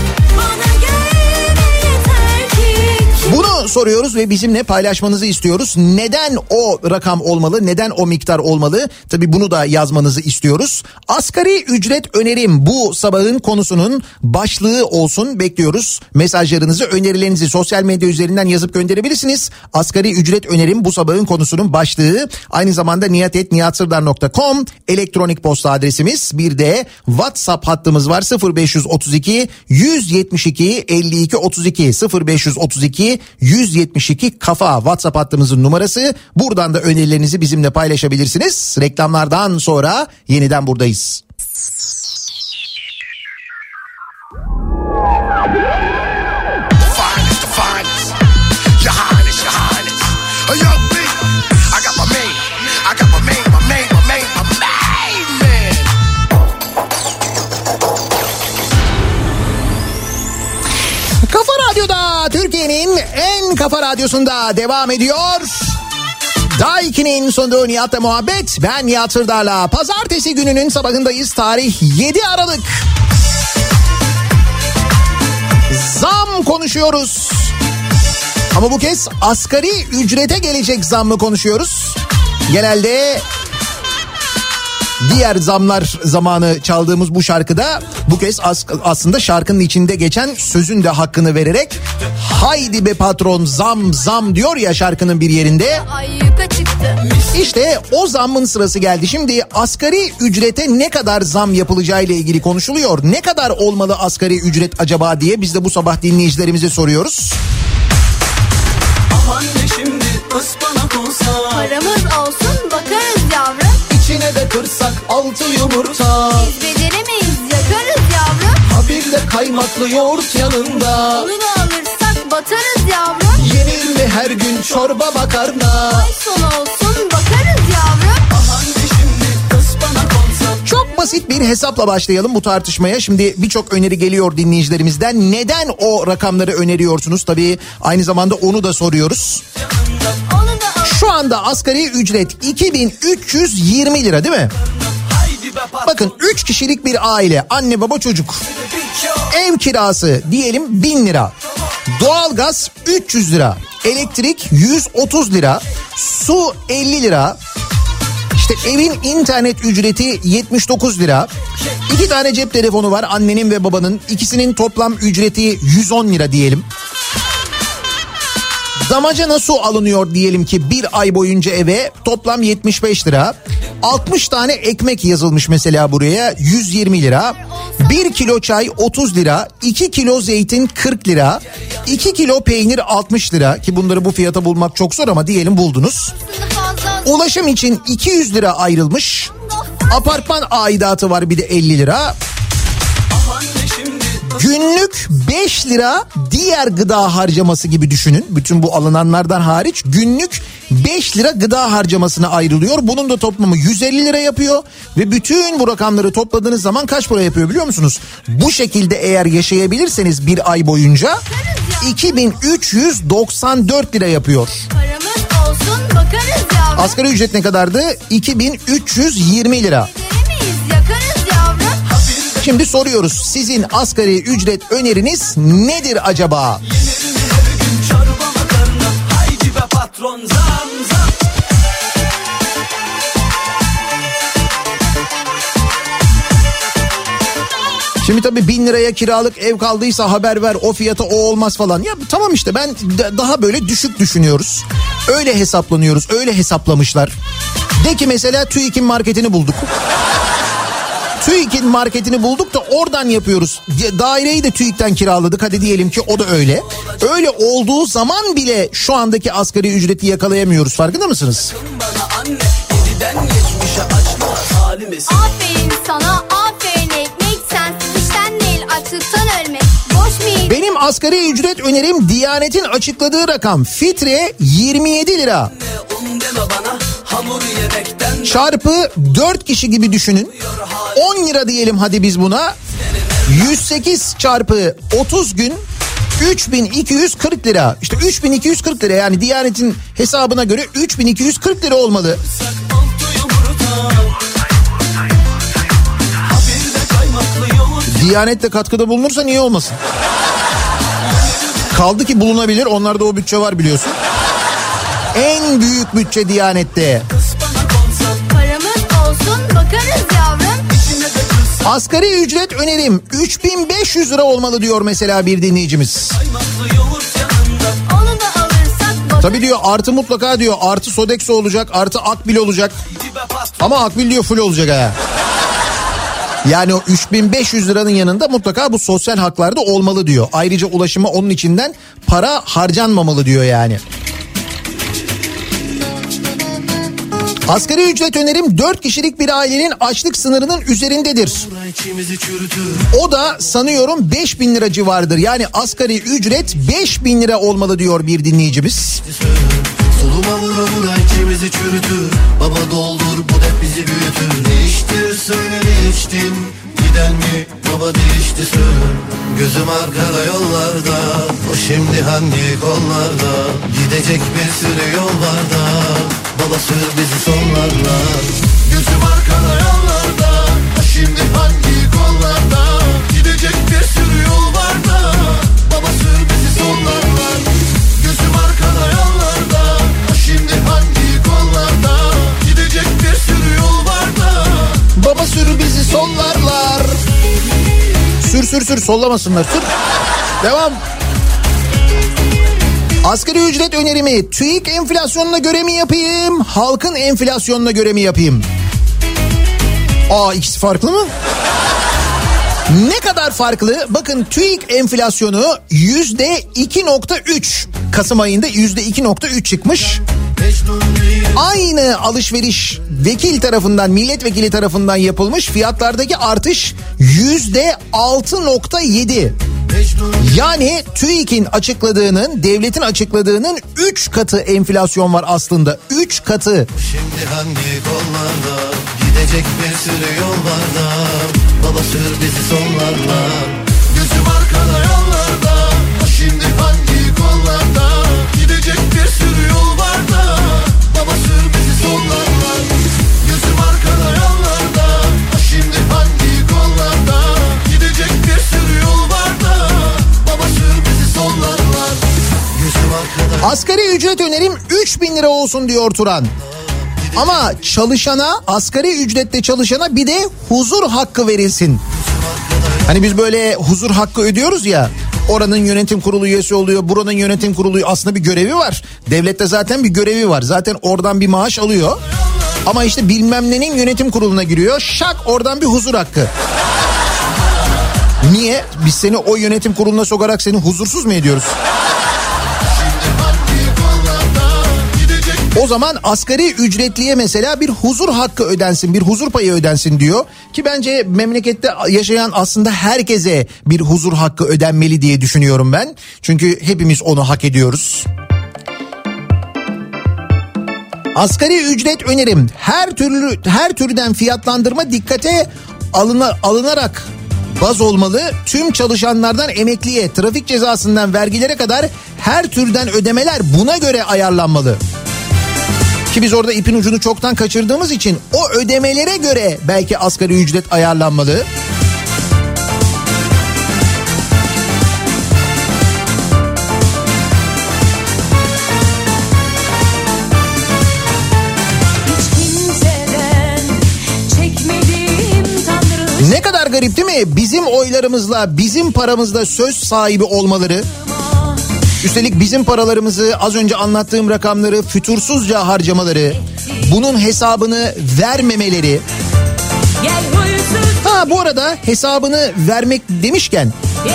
Bunu soruyoruz ve bizimle paylaşmanızı istiyoruz. Neden o rakam olmalı? Neden o miktar olmalı? Tabii bunu da yazmanızı istiyoruz. Asgari ücret önerim bu sabahın konusunun başlığı olsun. Bekliyoruz. Mesajlarınızı, önerilerinizi sosyal medya üzerinden yazıp gönderebilirsiniz. Asgari ücret önerim bu sabahın konusunun başlığı. Aynı zamanda nihat et nihat sırdar nokta com elektronik posta adresimiz. Bir de WhatsApp hattımız var. sıfır beş otuz iki yüz yetmiş iki elli iki otuz iki sıfır beş otuz iki yüz yüz yetmiş iki kafa WhatsApp hattımızın numarası. Buradan da önerilerinizi bizimle paylaşabilirsiniz. Reklamlardan sonra yeniden buradayız. Kafa Radyo'da, Türkiye'nin en kafa radyosunda devam ediyor. Daiki'nin sonunda Nihat'la muhabbet. Ben Nihat Sırdar'la. Pazartesi gününün sabahındayız. Tarih yedi Aralık. Zam konuşuyoruz. Ama bu kez asgari ücrete gelecek zammı konuşuyoruz. Genelde diğer zamlar zamanı çaldığımız bu şarkıda bu kez as- aslında şarkının içinde geçen sözün de hakkını vererek haydi be patron zam zam diyor ya şarkının bir yerinde. İşte o zammın sırası geldi. Şimdi asgari ücrete ne kadar zam yapılacağı ile ilgili konuşuluyor. Ne kadar olmalı asgari ücret acaba diye biz de bu sabah dinleyicilerimize soruyoruz. Aman ne şimdi ıspanak olsa, Paramız olsun bakarız yavrum. İçine de kırsak altı yumurta, Biz beceremeyiz yakarız yavrum. ha bir de kaymaklı yoğurt yanında. Onu da alırsak batarız yavrum. Yenir mi her gün çorba makarna? Ay sonu olsun bakarız yavrum. Aman ne şimdi ıspanak olsa. Çok basit bir hesapla başlayalım bu tartışmaya. Şimdi birçok öneri geliyor dinleyicilerimizden. Neden o rakamları öneriyorsunuz? Tabii aynı zamanda onu da soruyoruz. Onu da al. Şu anda asgari ücret iki bin üç yüz yirmi lira değil mi? Haydi be patron. Bakın üç kişilik bir aile, anne baba çocuk. Ev kirası diyelim bin lira. Doğalgaz üç yüz lira. Elektrik yüz otuz lira. Su elli lira. İşte evin internet ücreti yetmiş dokuz lira. İki tane cep telefonu var annenin ve babanın. İkisinin toplam ücreti yüz on lira diyelim. Damacana su alınıyor diyelim ki bir ay boyunca eve, toplam yetmiş beş lira. altmış tane ekmek yazılmış mesela buraya, yüz yirmi lira. bir kilo çay otuz lira. iki kilo zeytin kırk lira. iki kilo peynir altmış lira ki bunları bu fiyata bulmak çok zor ama diyelim buldunuz. Ulaşım için iki yüz lira ayrılmış. Apartman aidatı var bir de elli lira. Aman ne şimdi Günlük beş lira diğer gıda harcaması gibi düşünün. Bütün bu alınanlardan hariç günlük beş lira gıda harcamasına ayrılıyor. Bunun da toplamı yüz elli lira yapıyor. Ve bütün bu rakamları topladığınız zaman kaç para yapıyor biliyor musunuz? Bu şekilde eğer yaşayabilirseniz bir ay boyunca iki bin üç yüz doksan dört lira yapıyor. Paramız olsun bakarız yavrum. Asgari ücret ne kadardı? iki bin üç yüz yirmi lira. Beceremeyiz yakarız yavrum. Şimdi soruyoruz, sizin asgari ücret öneriniz nedir acaba? yenir mi her gün çorba makarna? Haydi be patron zam zam. Şimdi tabii bin liraya kiralık ev kaldıysa haber ver, o fiyata o olmaz falan. Ya tamam işte, ben d- daha böyle düşük düşünüyoruz. Öyle hesaplanıyoruz, öyle hesaplamışlar. De ki mesela TÜİK'in marketini bulduk. TÜİK'in marketini bulduk da oradan yapıyoruz. Daireyi de TÜİK'ten kiraladık, hadi diyelim ki o da öyle. Öyle olduğu zaman bile şu andaki asgari ücreti yakalayamıyoruz, farkında mısınız? Bana anne yediden yetmişe açma halimiz. Aferin sana aferin ekmek. Sensiz işten değil açlıktan ölmek. Boş miyim? Benim asgari ücret önerim Diyanet'in açıkladığı rakam. Fitre yirmi yedi lira. Un deme bana hamur yemekten. Çarpı dört kişi gibi düşünün. on lira diyelim hadi biz buna. yüz sekiz çarpı otuz gün üç bin iki yüz kırk lira. İşte üç bin iki yüz kırk lira, yani Diyanet'in hesabına göre üç bin iki yüz kırk lira olmalı. Altı yumurta, ha bir de kaymaklı yoğurt. Diyanet'te katkıda bulunursa niye olmasın? Kaldı ki bulunabilir, onlarda o bütçe var biliyorsun. En büyük bütçe Diyanet'te. Ispanak olsa, Paramız olsun bakarız yavrum. içine de kırsak Asgari ücret önerim üç bin beş yüz lira olmalı diyor mesela bir dinleyicimiz. kaymaklı yoğurt yanında. Onu da alırsak bakarız. Tabii diyor, artı mutlaka diyor, artı Sodexo olacak, artı Akbil olacak. Haydi be patron. Ama Akbil diyor full olacak ha. Yani o üç bin beş yüz liranın yanında mutlaka bu sosyal haklarda olmalı diyor. Ayrıca ulaşıma onun içinden para harcanmamalı diyor yani. Asgari ücret önerim dört kişilik bir ailenin açlık sınırının üzerindedir. O da sanıyorum beş bin lira civarıdır. Yani asgari ücret beş bin lira olmalı diyor bir dinleyicimiz. Soluma vura vura içimizi çürütür. Baba doldur bu dep bizi büyütür. Değiştir söyle değiştim. Giden mi baba değişti söyle. Gözüm arkada yollarda. O şimdi hangi kollarda. Gidecek bir sürü yol var da. Baba sür bizi sonlarla. Gözüm arkada yollarda. O şimdi hangi kollarda. Gidecek bir sürü yol var da. Baba sür bizi sonlarla. Gözüm arkada yollarda. Şimdi hangi kollarda gidecek bir sürü yol var da. Baba sür bizi sollarlar. Sür sür sür sollamasınlar sür. Devam. Asgari ücret önerimi TÜİK enflasyonuna göre mi yapayım? Halkın enflasyonuna göre mi yapayım? Aa ikisi farklı mı? Ne kadar farklı? Bakın TÜİK enflasyonu yüzde iki nokta üç. Kasım ayında yüzde iki nokta üç çıkmış. Aynı alışveriş vekil tarafından, milletvekili tarafından yapılmış fiyatlardaki artış yüzde altı nokta yedi. Yani TÜİK'in açıkladığının, devletin açıkladığının üç katı enflasyon var aslında. üç katı. Şimdi hangi kollarda gidecek bir sürü yol var da. Baba sür bizi sonlarla. Gözüm arkada yollarda. Şimdi hangi kollarda gidecek bir sürü yol var da. Baba sür bizi sonlarla. Gözüm arkada yollarda. Şimdi hangi kollarda gidecek bir sürü yol var da. Baba sür bizi sonlarla. Gözüm arkada. Asgari ücret önerim üç bin lira olsun diyor Turan. Ama çalışana, asgari ücretle çalışana bir de huzur hakkı verilsin. Hani biz böyle huzur hakkı ödüyoruz ya. Oranın yönetim kurulu üyesi oluyor. Buranın yönetim kurulu aslında bir görevi var. Devlette zaten bir görevi var. Zaten oradan bir maaş alıyor. Ama işte bilmem nenin yönetim kuruluna giriyor. Şak oradan bir huzur hakkı. Niye? Biz seni o yönetim kuruluna sokarak seni huzursuz mu ediyoruz? O zaman asgari ücretliye mesela bir huzur hakkı ödensin, bir huzur payı ödensin diyor. Ki bence memlekette yaşayan aslında herkese bir huzur hakkı ödenmeli diye düşünüyorum ben. Çünkü hepimiz onu hak ediyoruz. Asgari ücret önerim her türlü her türden fiyatlandırma dikkate alına, alınarak baz olmalı. Tüm çalışanlardan emekliye, trafik cezasından vergilere kadar her türden ödemeler buna göre ayarlanmalı. Ki biz orada ipin ucunu çoktan kaçırdığımız için o ödemelere göre belki asgari ücret ayarlanmalı. Ne kadar garip değil mi? Bizim oylarımızla, bizim paramızla söz sahibi olmaları. Üstelik bizim paralarımızı, az önce anlattığım rakamları fütursuzca harcamaları, bunun hesabını vermemeleri. Ha bu arada hesabını vermek demişken,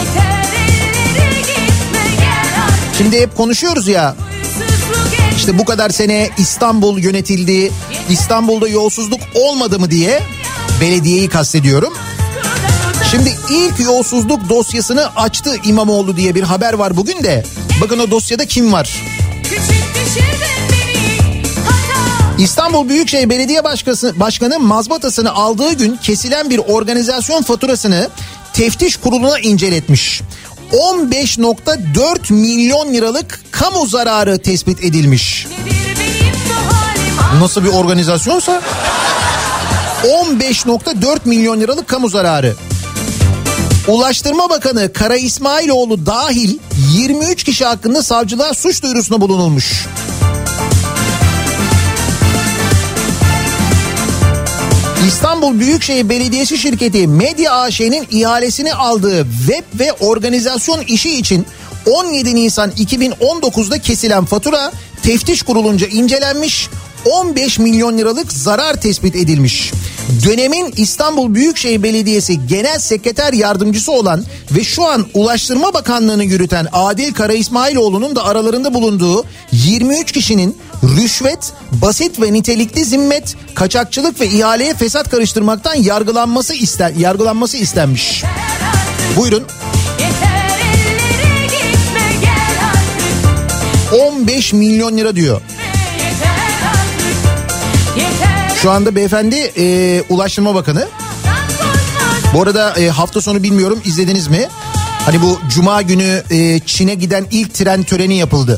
şimdi hep konuşuyoruz ya, işte bu kadar sene İstanbul yönetildi, İstanbul'da yolsuzluk olmadı mı diye, belediyeyi kastediyorum. Şimdi ilk yolsuzluk dosyasını açtı İmamoğlu diye bir haber var bugün de. Bakın o dosyada kim var? İstanbul Büyükşehir Belediye Başkanı, Başkanı mazbatasını aldığı gün kesilen bir organizasyon faturasını teftiş kuruluna inceletmiş. on beş nokta dört milyon liralık kamu zararı tespit edilmiş. Nasıl bir organizasyonsa on beş nokta dört milyon liralık kamu zararı. Ulaştırma Bakanı Kara İsmailoğlu dahil yirmi üç kişi hakkında savcılığa suç duyurusunda bulunulmuş. İstanbul Büyükşehir Belediyesi şirketi Medya A Ş'nin ihalesini aldığı web ve organizasyon işi için on yedi Nisan iki bin on dokuzda kesilen fatura teftiş kurulunca incelenmiş, on beş milyon liralık zarar tespit edilmiş. dönemin İstanbul Büyükşehir Belediyesi Genel Sekreter Yardımcısı olan ve şu an Ulaştırma Bakanlığı'nı yürüten Adil Karaismailoğlu'nun da aralarında bulunduğu yirmi üç kişinin rüşvet, basit ve nitelikli zimmet, kaçakçılık ve ihaleye fesat karıştırmaktan yargılanması isten yargılanması istenmiş. Buyurun. on beş milyon lira diyor. Şu anda beyefendi e, Ulaştırma Bakanı. Bu arada e, hafta sonu bilmiyorum izlediniz mi? Hani bu Cuma günü e, Çin'e giden ilk tren töreni yapıldı.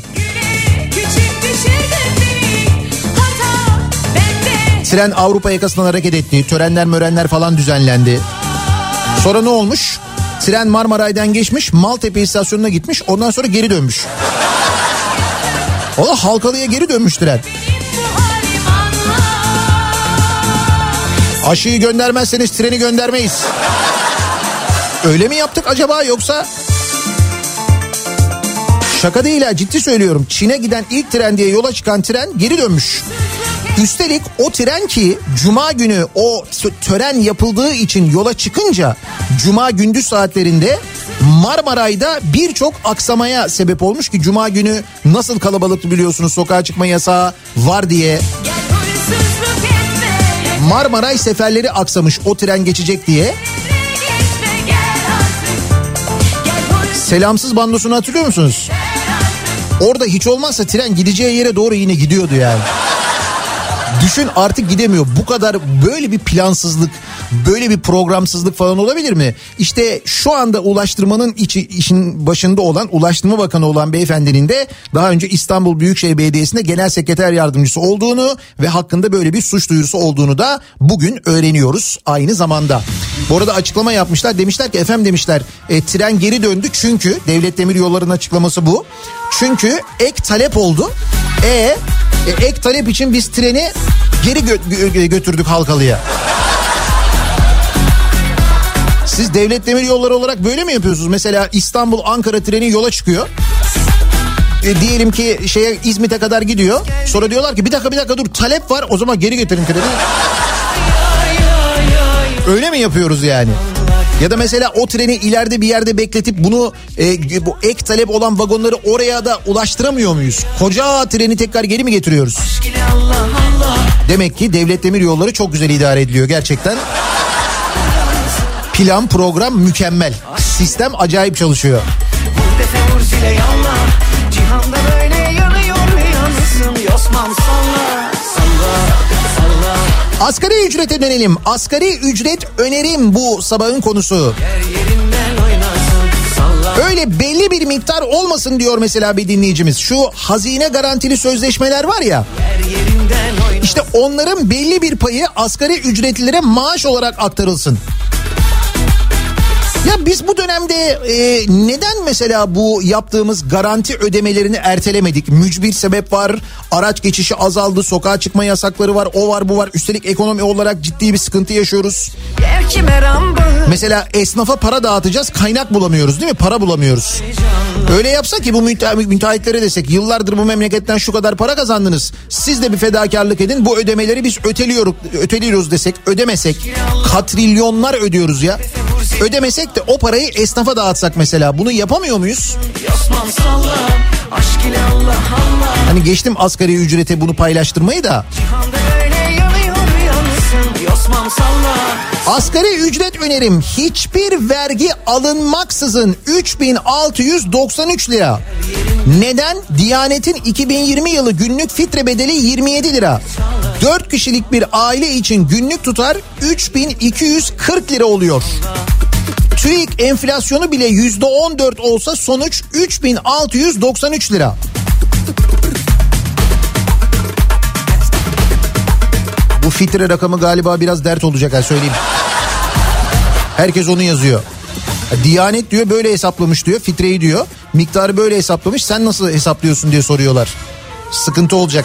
Tren Avrupa yakasından hareket etti. Törenler mörenler falan düzenlendi. Sonra ne olmuş? Tren Marmaray'dan geçmiş, Maltepe istasyonuna gitmiş, ondan sonra geri dönmüş. O da Halkalı'ya geri dönmüş tren. Aşıyı göndermezseniz treni göndermeyiz. Öyle mi yaptık acaba yoksa? Şaka değil ha, ciddi söylüyorum. Çin'e giden ilk tren diye yola çıkan tren geri dönmüş. Üstelik o tren ki Cuma günü o tören yapıldığı için yola çıkınca Cuma gündüz saatlerinde Marmaray'da birçok aksamaya sebep olmuş ki Cuma günü nasıl kalabalıktı biliyorsunuz, sokağa çıkma yasağı var diye. Marmaray seferleri aksamış o tren geçecek diye. Selamsız bandosunu hatırlıyor musunuz? Orada hiç olmazsa tren gideceği yere doğru yine gidiyordu yani. Düşün, artık gidemiyor. Bu kadar böyle bir plansızlık, böyle bir programsızlık falan olabilir mi? İşte şu anda ulaştırmanın içi, işin başında olan, Ulaştırma Bakanı olan beyefendinin de daha önce İstanbul Büyükşehir Belediyesi'nde Genel Sekreter Yardımcısı olduğunu ve hakkında böyle bir suç duyurusu olduğunu da bugün öğreniyoruz aynı zamanda. Bu arada açıklama yapmışlar. Demişler ki efendim demişler e, tren geri döndü çünkü Devlet Demiryolları'nın açıklaması bu. Çünkü ek talep oldu. E, e ek talep için biz treni geri gö- götürdük Halkalı'ya. Siz Devlet Demiryolları olarak böyle mi yapıyorsunuz? Mesela İstanbul Ankara treni yola çıkıyor. E, diyelim ki şeye İzmit'e kadar gidiyor. Sonra diyorlar ki bir dakika bir dakika dur, talep var, o zaman geri getirin treni. Öyle mi yapıyoruz yani? Ya da mesela o treni ileride bir yerde bekletip bunu e, bu ek talep olan vagonları oraya da ulaştıramıyor muyuz? Koca treni tekrar geri mi getiriyoruz? Demek ki Devlet Demiryolları çok güzel idare ediliyor gerçekten. Plan, program mükemmel. Sistem acayip çalışıyor. Asgari ücrete dönelim. Asgari ücret önerim bu sabahın konusu. Öyle belli bir miktar olmasın diyor mesela bir dinleyicimiz. Şu hazine garantili sözleşmeler var ya. İşte onların belli bir payı asgari ücretlilere maaş olarak aktarılsın. Ya biz bu dönemde e, neden mesela bu yaptığımız garanti ödemelerini ertelemedik? Mücbir sebep var, araç geçişi azaldı, sokağa çıkma yasakları var, o var bu var. Üstelik ekonomi olarak ciddi bir sıkıntı yaşıyoruz. Mesela esnafa para dağıtacağız, kaynak bulamıyoruz değil mi? Para bulamıyoruz. Öyle yapsak ki bu müteahhitlere desek yıllardır bu memleketten şu kadar para kazandınız. Siz de bir fedakarlık edin, bu ödemeleri biz öteliyoruz, öteliyoruz desek, ödemesek katrilyonlar ödüyoruz ya. Ödemesek de o parayı esnafa dağıtsak mesela, bunu yapamıyor muyuz? Hani geçtim asgari ücrete bunu paylaştırmayı da. Asgari ücret önerim hiçbir vergi alınmaksızın üç bin altı yüz doksan üç lira. Neden? Diyanet'in iki bin yirmi yılı günlük fitre bedeli yirmi yedi lira. dört kişilik bir aile için günlük tutar üç bin iki yüz kırk lira oluyor. TÜİK enflasyonu bile yüzde on dört olsa sonuç üç bin altı yüz doksan üç lira. Bu fitre rakamı galiba biraz dert olacak ha, söyleyeyim. Herkes onu yazıyor. Diyanet diyor böyle hesaplamış diyor, fitreyi diyor. Miktarı böyle hesaplamış, sen nasıl hesaplıyorsun diye soruyorlar. Sıkıntı olacak.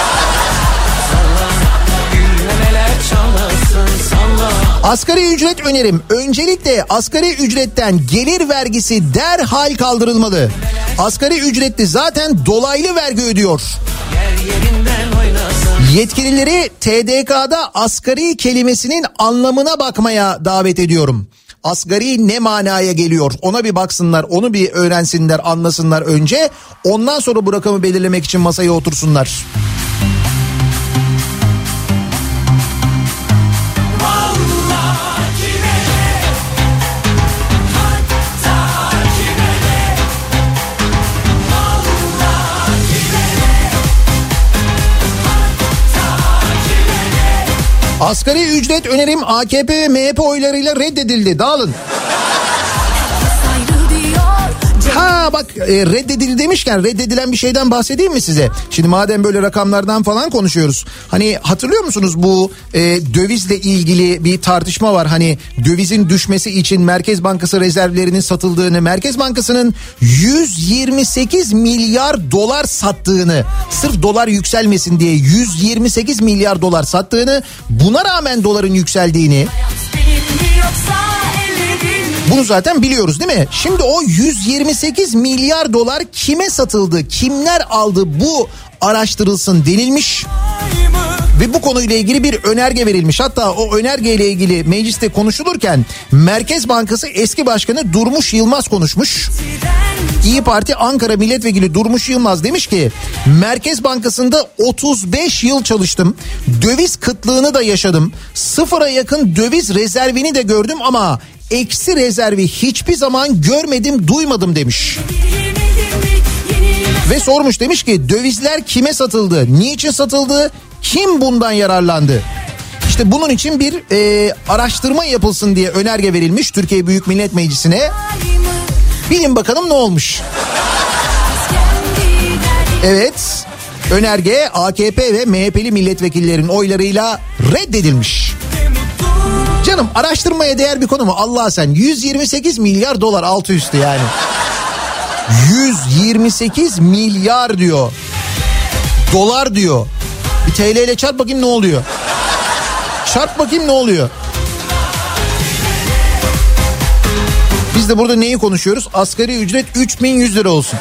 Asgari ücret önerim. Öncelikle asgari ücretten gelir vergisi derhal kaldırılmalı. Asgari ücretli zaten dolaylı vergi ödüyor. Yetkilileri T D K'da asgari kelimesinin anlamına bakmaya davet ediyorum. Asgari ne manaya geliyor? Ona bir baksınlar, onu bir öğrensinler, anlasınlar önce. Ondan sonra bu rakamı belirlemek için masaya otursunlar. Asgari ücret önerim A K P ve M H P oylarıyla reddedildi. Dağılın. Ha bak e, reddedildi demişken reddedilen bir şeyden bahsedeyim mi size? Şimdi madem böyle rakamlardan falan konuşuyoruz. Hani hatırlıyor musunuz bu e, dövizle ilgili bir tartışma var. Hani dövizin düşmesi için Merkez Bankası rezervlerinin satıldığını, Merkez Bankası'nın yüz yirmi sekiz milyar dolar sattığını, sırf dolar yükselmesin diye yüz yirmi sekiz milyar dolar sattığını, buna rağmen doların yükseldiğini... Bunu zaten biliyoruz değil mi? Şimdi o yüz yirmi sekiz milyar dolar kime satıldı, kimler aldı, bu araştırılsın denilmiş. Ve bu konuyla ilgili bir önerge verilmiş. Hatta o önergeyle ilgili mecliste konuşulurken Merkez Bankası eski başkanı Durmuş Yılmaz konuşmuş. İYİ Parti Ankara Milletvekili Durmuş Yılmaz demiş ki Merkez Bankası'nda otuz beş yıl çalıştım. Döviz kıtlığını da yaşadım. Sıfıra yakın döviz rezervini de gördüm ama eksi rezervi hiçbir zaman görmedim, duymadım demiş. Ve sormuş, demiş ki dövizler kime satıldı, niçin satıldı, kim bundan yararlandı? İşte bunun için bir e, araştırma yapılsın diye önerge verilmiş Türkiye Büyük Millet Meclisi'ne. Bilin bakalım ne olmuş? Evet, önerge A K P ve M H P'li milletvekillerin oylarıyla reddedilmiş. Canım araştırmaya değer bir konu mu? Allah sen, yüz yirmi sekiz milyar dolar altı üstü yani. yüz yirmi sekiz milyar diyor. Dolar diyor. Bir T L ile çarp bakayım ne oluyor? Çarp bakayım ne oluyor? Biz de burada neyi konuşuyoruz? Asgari ücret üç bin yüz lira olsun.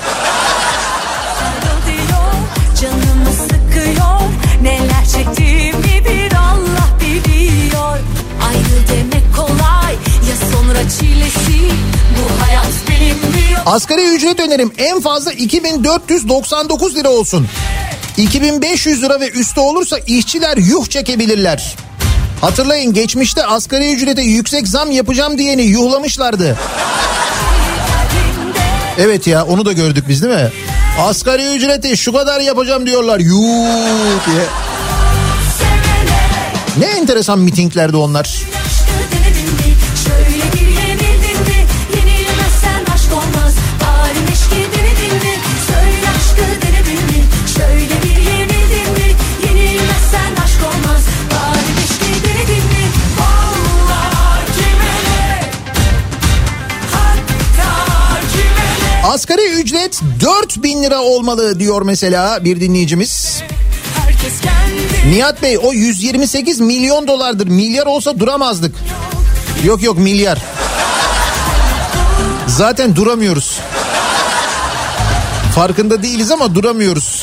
Canımı sıkıyor, neler çektiğimi bir Allah biliyor. Ayrı demek kolay, ya sonra çilesi, bu hayat benim diyor. Asgari ücret önerim en fazla iki bin dört yüz doksan dokuz lira olsun. iki bin beş yüz lira ve üstü olursa işçiler yuh çekebilirler. Hatırlayın, geçmişte asgari ücrete yüksek zam yapacağım diyeni yuhlamışlardı. Evet ya, onu da gördük biz değil mi? Asgari ücreti şu kadar yapacağım diyorlar yuh diye. Ne enteresan mitinglerdi onlar. Asgari ücret dört bin lira olmalı diyor mesela bir dinleyicimiz. Nihat Bey, o yüz yirmi sekiz milyon dolardır. Milyar olsa duramazdık. Yok yok, milyar. Zaten duramıyoruz. Farkında değiliz ama duramıyoruz.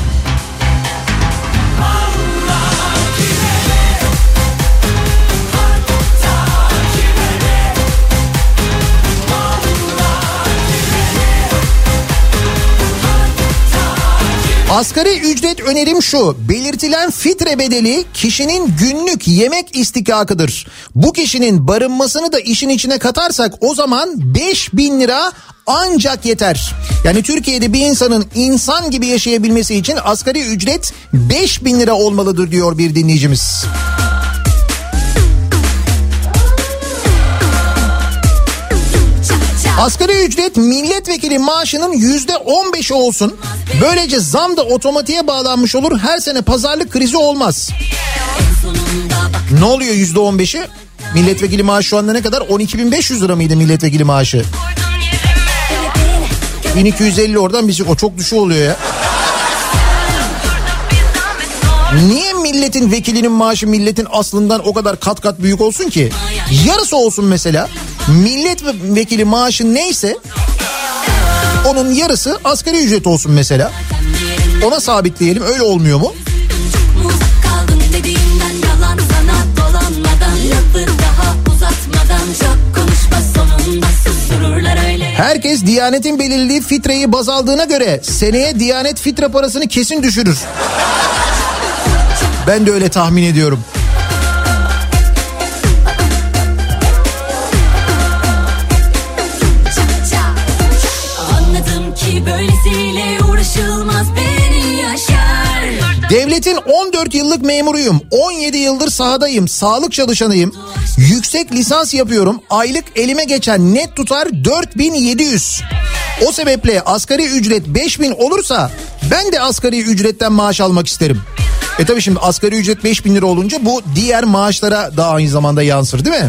Asgari ücret önerim şu: belirtilen fitre bedeli kişinin günlük yemek istikakıdır. Bu kişinin barınmasını da işin içine katarsak o zaman beş bin lira ancak yeter. Yani Türkiye'de bir insanın insan gibi yaşayabilmesi için asgari ücret beş bin lira olmalıdır diyor bir dinleyicimiz. Asgari ücret milletvekili maaşının yüzde on beşi olsun. Böylece zam da otomatiğe bağlanmış olur. Her sene pazarlık krizi olmaz. Ne oluyor yüzde on beşi? Milletvekili maaşı şu anda ne kadar? on iki bin beş yüz lira mıydı milletvekili maaşı? bin iki yüz elli oradan bir, o çok düşük oluyor ya. Niye milletin vekilinin maaşı milletin aslından o kadar kat kat büyük olsun ki? Yarısı olsun mesela. Milletvekili maaşı neyse onun yarısı asgari ücret olsun mesela. Ona sabitleyelim, öyle olmuyor mu? Herkes Diyanet'in belirlediği fitreyi baz aldığına göre seneye Diyanet fitre parasını kesin düşürür. Ben de öyle tahmin ediyorum. Anladım ki böylesiyle uğraşılmaz, beni yaşar. Devletin on dört yıllık memuruyum. on yedi yıldır sahadayım. Sağlık çalışanıyım. Yüksek lisans yapıyorum. Aylık elime geçen net tutar dört bin yedi yüz. O sebeple asgari ücret beş bin olursa ben de asgari ücretten maaş almak isterim. E tabii şimdi asgari ücret beş bin lira olunca bu diğer maaşlara da aynı zamanda yansır, değil mi?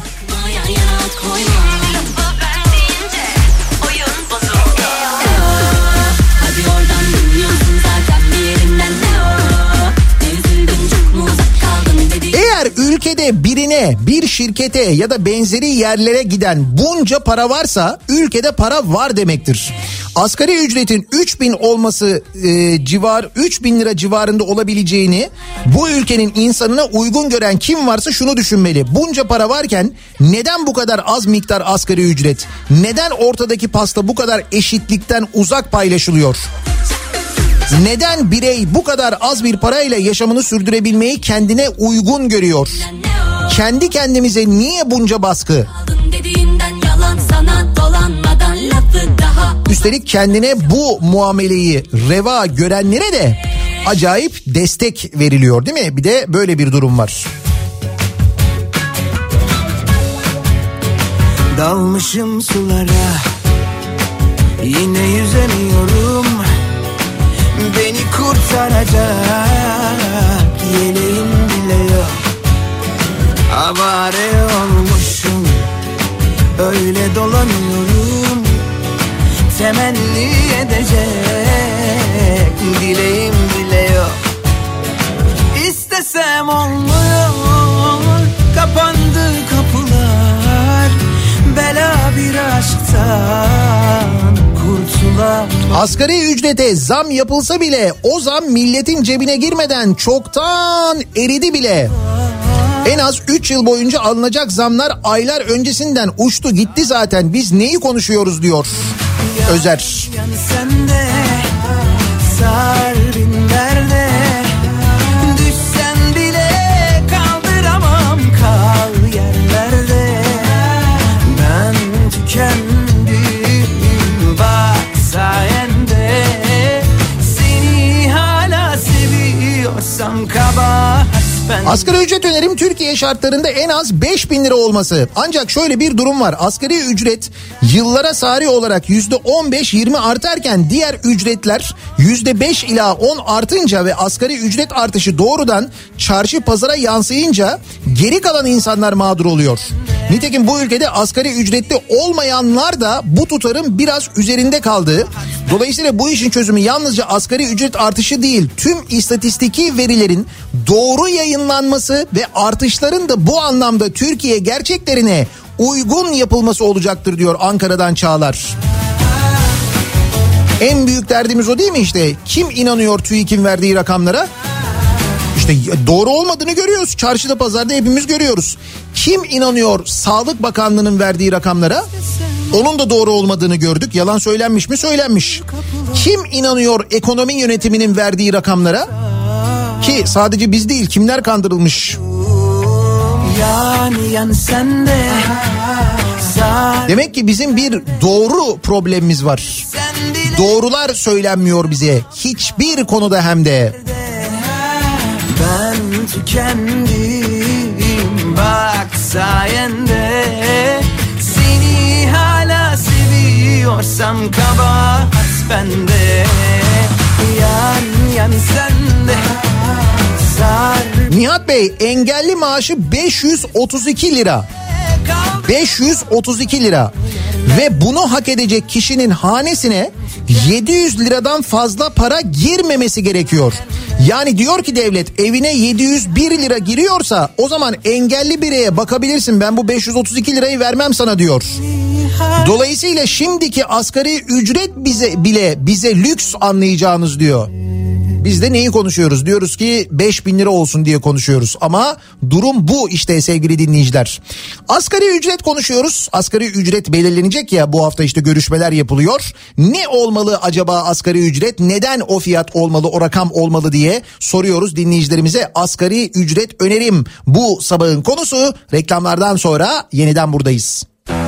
Eğer ülkede birine, bir şirkete ya da benzeri yerlere giden bunca para varsa ülkede para var demektir. Asgari ücretin üç bin olması e, civar üç bin lira civarında olabileceğini bu ülkenin insanına uygun gören kim varsa şunu düşünmeli. Bunca para varken neden bu kadar az miktar asgari ücret? Neden ortadaki pasta bu kadar eşitlikten uzak paylaşılıyor? Neden birey bu kadar az bir parayla yaşamını sürdürebilmeyi kendine uygun görüyor? Kendi kendimize niye bunca baskı? Üstelik kendine bu muameleyi reva görenlere de acayip destek veriliyor, değil mi? Bir de böyle bir durum var. Dalmışım sulara, yine yüzemiyorum. Beni kurtaracak yeleğim bile yok. Avare olmuşum, öyle dolanıyorum. Temenni edecek dileğim bile yok. İstesem olmuyor, kapandı kapılar. Bela bir aşktan kurtulamam. Asgari ücrete zam yapılsa bile o zam milletin cebine girmeden çoktan eridi bile. En az üç yıl boyunca alınacak zamlar aylar öncesinden uçtu gitti zaten. Biz neyi konuşuyoruz diyor Özer. Yan sende, sar bin derde. Düşsen bile kaldıramam, kal yerlerde. Ben tükendim bak sayende. Seni hala seviyorsam kabahat. Asgari ücret önerim Türkiye şartlarında en az beş bin lira olması. Ancak şöyle bir durum var. Asgari ücret yıllara sari olarak yüzde on beş yirmi artarken diğer ücretler yüzde beş ila on artınca ve asgari ücret artışı doğrudan çarşı pazara yansıyınca geri kalan insanlar mağdur oluyor. Nitekim bu ülkede asgari ücretli olmayanlar da bu tutarın biraz üzerinde kaldığı. Dolayısıyla bu işin çözümü yalnızca asgari ücret artışı değil, tüm istatistiki verilerin doğru yayınlanması ve artışların da bu anlamda Türkiye gerçeklerine uygun yapılması olacaktır diyor Ankara'dan Çağlar. En büyük derdimiz o değil mi işte? Kim inanıyor TÜİK'in verdiği rakamlara? İşte doğru olmadığını görüyoruz. Çarşıda pazarda hepimiz görüyoruz. Kim inanıyor Sağlık Bakanlığı'nın verdiği rakamlara? Onun da doğru olmadığını gördük. Yalan söylenmiş mi? Söylenmiş. Kim inanıyor ekonomi yönetiminin verdiği rakamlara? Ki sadece biz değil, kimler kandırılmış? Yani yan sende. Demek ki bizim bir doğru problemimiz var. Doğrular söylenmiyor bize. Hiçbir konuda hem de. Ben tükendim bak sayende. Seni hala seviyorsam kabahat bende. Yan yan sende. Nihat Bey, engelli maaşı beş yüz otuz iki lira. beş yüz otuz iki lira. Ve bunu hak edecek kişinin hanesine yedi yüz liradan fazla para girmemesi gerekiyor. Yani diyor ki devlet, evine yedi yüz bir lira giriyorsa o zaman engelli bireye bakabilirsin, ben bu beş yüz otuz iki lirayı vermem sana diyor. Dolayısıyla şimdiki asgari ücret bize bile bize lüks anlayacağınız diyor. Biz de neyi konuşuyoruz? Diyoruz ki beş bin lira olsun diye konuşuyoruz. Ama durum bu işte sevgili dinleyiciler. Asgari ücret konuşuyoruz. Asgari ücret belirlenecek ya, bu hafta işte görüşmeler yapılıyor. Ne olmalı acaba asgari ücret? Neden o fiyat olmalı, o rakam olmalı diye soruyoruz dinleyicilerimize. Asgari ücret önerim bu sabahın konusu. Reklamlardan sonra yeniden buradayız.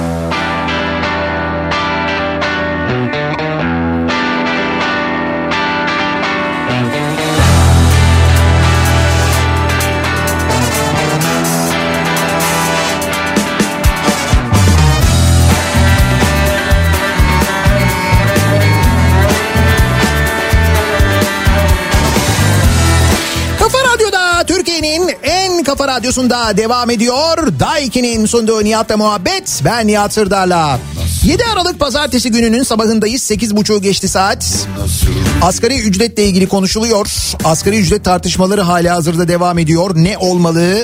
Kafa Radyosu'nda devam ediyor. Daiki'nin sunduğu Nihat'la muhabbet. Ben Nihat Sırdar'la. yedi Aralık Pazartesi gününün sabahındayız. sekiz buçuğu geçti saat. Asgari ücretle ilgili konuşuluyor. Asgari ücret tartışmaları hala hazırda devam ediyor. Ne olmalı?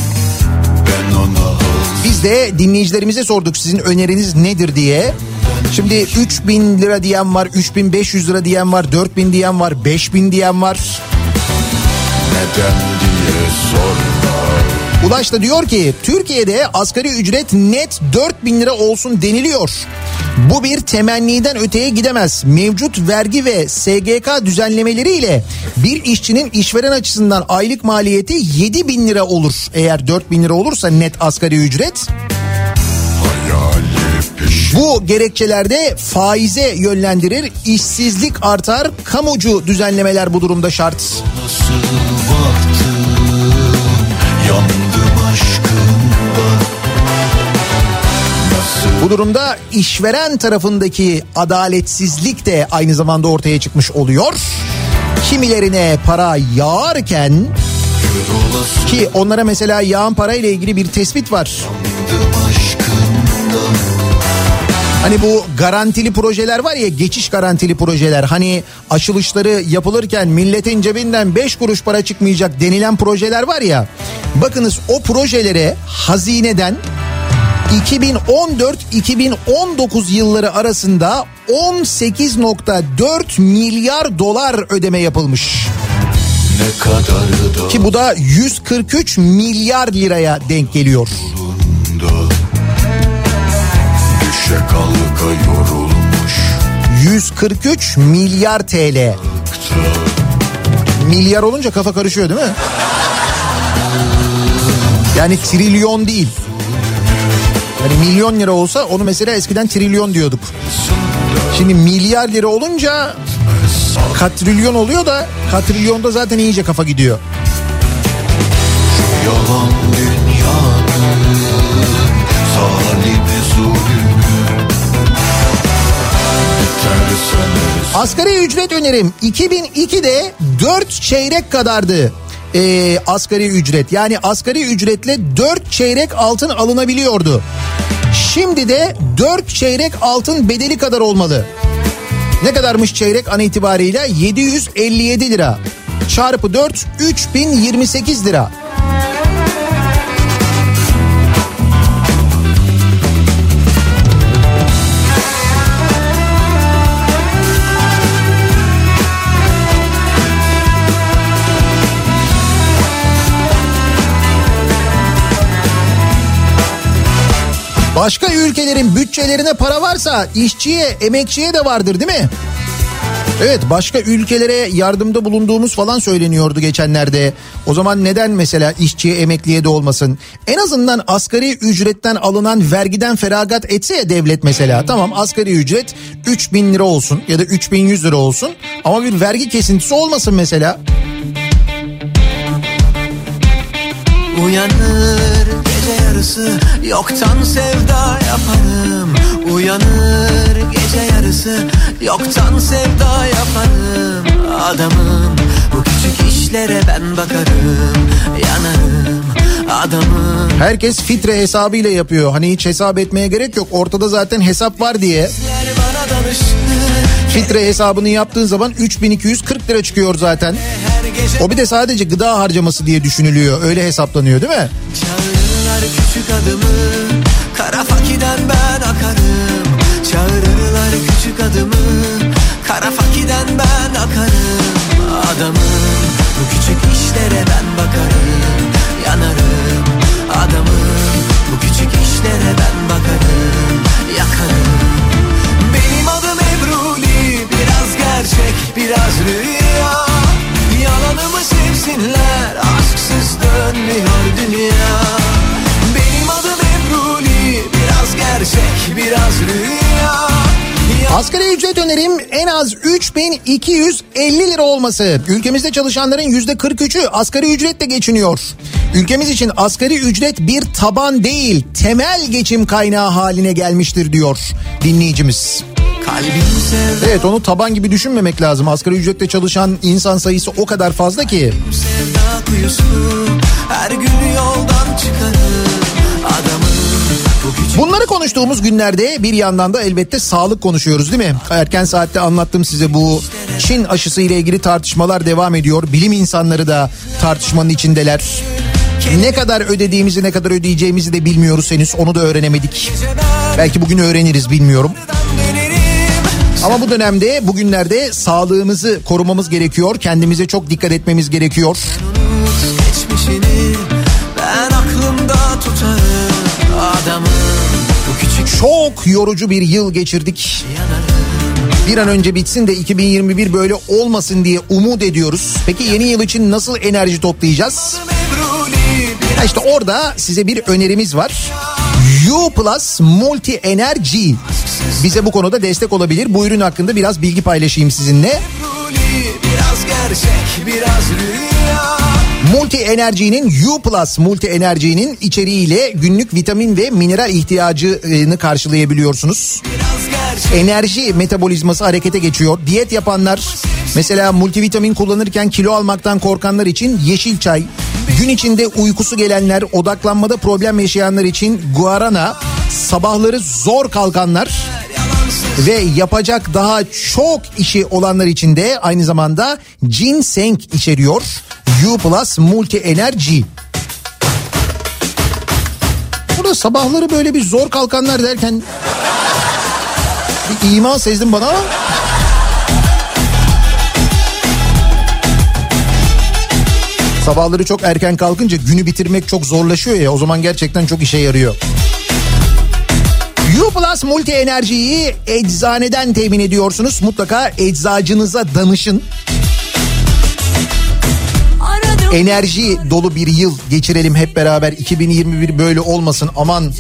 Biz de dinleyicilerimize sorduk, sizin öneriniz nedir diye. Şimdi üç bin lira diyen var, üç bin beş yüz lira diyen var, dört bin diyen var, beş bin diyen var. Neden diye sorma. Ulaş da diyor ki Türkiye'de asgari ücret net dört bin lira olsun deniliyor. Bu bir temenniden öteye gidemez. Mevcut vergi ve S G K düzenlemeleriyle bir işçinin işveren açısından aylık maliyeti yedi bin lira olur. Eğer dört bin lira olursa net asgari ücret. Bu gerekçelerde faize yönlendirir, işsizlik artar, kamucu düzenlemeler bu durumda şart. Nasıl baktım, yandım aşkımda. Nasıl... Bu durumda işveren tarafındaki adaletsizlik de aynı zamanda ortaya çıkmış oluyor. Kimilerine para yağarken, ki onlara mesela yağan parayla ilgili bir tespit var. Hani bu garantili projeler var ya, geçiş garantili projeler, hani açılışları yapılırken milletin cebinden beş kuruş para çıkmayacak denilen projeler var ya. Bakınız o projelere hazineden iki bin on dört iki bin on dokuz yılları arasında on sekiz nokta dört milyar dolar ödeme yapılmış. Ne kadar da ki bu da yüz kırk üç milyar liraya denk geliyor. Düşe kalka yorulmuş. yüz kırk üç milyar T L. Milyar olunca kafa karışıyor değil mi? Yani trilyon değil. Yani milyon lira olsa onu mesela eskiden trilyon diyorduk. Şimdi milyar lira olunca katrilyon oluyor da katrilyonda zaten iyice kafa gidiyor. Şu yalan dünyanın zalimi zulmü. Asgari ücret önerim iki bin ikide dört çeyrek kadardı. Ee, asgari ücret, yani asgari ücretle dört çeyrek altın alınabiliyordu. Şimdi de dört çeyrek altın bedeli kadar olmalı. Ne kadarmış çeyrek an itibariyle? yedi yüz elli yedi lira. Çarpı dört, üç bin yirmi sekiz lira. Başka ülkelerin bütçelerine para varsa işçiye, emekçiye de vardır değil mi? Evet, başka ülkelere yardımda bulunduğumuz falan söyleniyordu geçenlerde. O zaman neden mesela işçiye, emekliye de olmasın? En azından asgari ücretten alınan vergiden feragat etse ya devlet mesela. Tamam, asgari ücret üç bin lira olsun ya da üç bin yüz lira olsun ama bir vergi kesintisi olmasın mesela. Uyanır gece yarısı, yoktan sevda yaparım. Uyanır gece yarısı, yoktan sevda yaparım. Adamım, bu küçük işlere ben bakarım, yanarım. Adamım. Herkes fitre hesabıyla yapıyor. Hani hiç hesap etmeye gerek yok. Ortada zaten hesap var diye. Fitre hesabını yaptığın zaman üç bin iki yüz kırk lira çıkıyor zaten. O bir de sadece gıda harcaması diye düşünülüyor. Öyle hesaplanıyor değil mi? Çağırırlar küçük adımı, kara fakiden ben akarım. Çağırırlar küçük adımı, Kara fakiden ben akarım adamım. Bu küçük işlere ben bakarım, yanarım adamım. Bu küçük işlere ben bakarım, yakarım. Benim adım Ebruli, biraz gerçek biraz rüya. Yalanımı sevsinler, aşksız dönmüyor dünya. Benim adım Ebruli, biraz gerçek biraz rüya. Asgari ücret önerim en az üç bin iki yüz elli lira olması. Ülkemizde çalışanların yüzde kırk üçü asgari ücretle geçiniyor. Ülkemiz için asgari ücret bir taban değil, temel geçim kaynağı haline gelmiştir diyor dinleyicimiz. Evet, onu taban gibi düşünmemek lazım. Asgari ücretle çalışan insan sayısı o kadar fazla ki. Sevda kuyusu, her gün yoldan çıkarım adamım. Bunları konuştuğumuz günlerde bir yandan da elbette sağlık konuşuyoruz değil mi? Erken saatte anlattım size, bu Çin aşısı ile ilgili tartışmalar devam ediyor. Bilim insanları da tartışmanın içindeler. Ne kadar ödediğimizi, ne kadar ödeyeceğimizi de bilmiyoruz henüz, onu da öğrenemedik. Belki bugün öğreniriz, bilmiyorum. Ama bu dönemde, bugünlerde sağlığımızı korumamız gerekiyor. Kendimize çok dikkat etmemiz gerekiyor. Geçmişini ben aklımda tutarım adamım. Çok yorucu bir yıl geçirdik. Bir an önce bitsin de iki bin yirmi bir böyle olmasın diye umut ediyoruz. Peki yeni yıl için nasıl enerji toplayacağız? Ha işte orada size bir önerimiz var. U Plus Multi Energy bize bu konuda destek olabilir. Bu ürün hakkında biraz bilgi paylaşayım sizinle. Biraz gerçek, biraz rüya. Multi Enerji'nin U Plus Multi Enerji'nin içeriğiyle günlük vitamin ve mineral ihtiyacını karşılayabiliyorsunuz. Enerji metabolizması harekete geçiyor. Diyet yapanlar, mesela multivitamin kullanırken kilo almaktan korkanlar için yeşil çay, gün içinde uykusu gelenler, odaklanmada problem yaşayanlar için guarana, sabahları zor kalkanlar ve yapacak daha çok işi olanlar için de aynı zamanda ginseng içeriyor. U Plus Multi Enerji. Burada sabahları böyle bir zor kalkanlar derken bir ima sezdim bana ama. Sabahları çok erken kalkınca günü bitirmek çok zorlaşıyor ya, o zaman gerçekten çok işe yarıyor. U Plus Multi Enerji'yi eczaneden temin ediyorsunuz. Mutlaka eczacınıza danışın. Enerji dolu bir yıl geçirelim hep beraber. iki bin yirmi bir böyle olmasın, aman.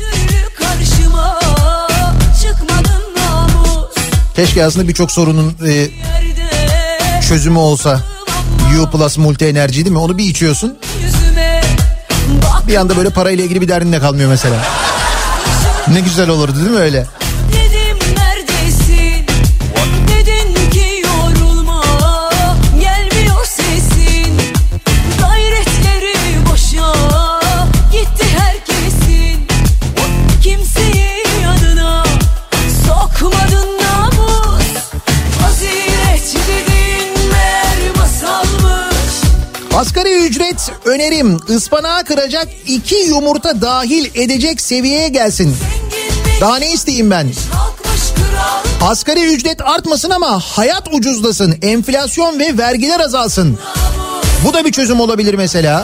Keşke aslında birçok sorunun e, çözümü olsa. U Plus Multi Enerji değil mi? Onu bir içiyorsun, bir anda böyle parayla ilgili bir derdin de kalmıyor mesela. Ne güzel olurdu değil mi öyle? Asgari ücret önerim ıspanağı kıracak iki yumurta dahil edecek seviyeye gelsin. Daha ne isteyeyim ben? Asgari ücret artmasın ama hayat ucuzlasın. Enflasyon ve vergiler azalsın. Bu da bir çözüm olabilir mesela.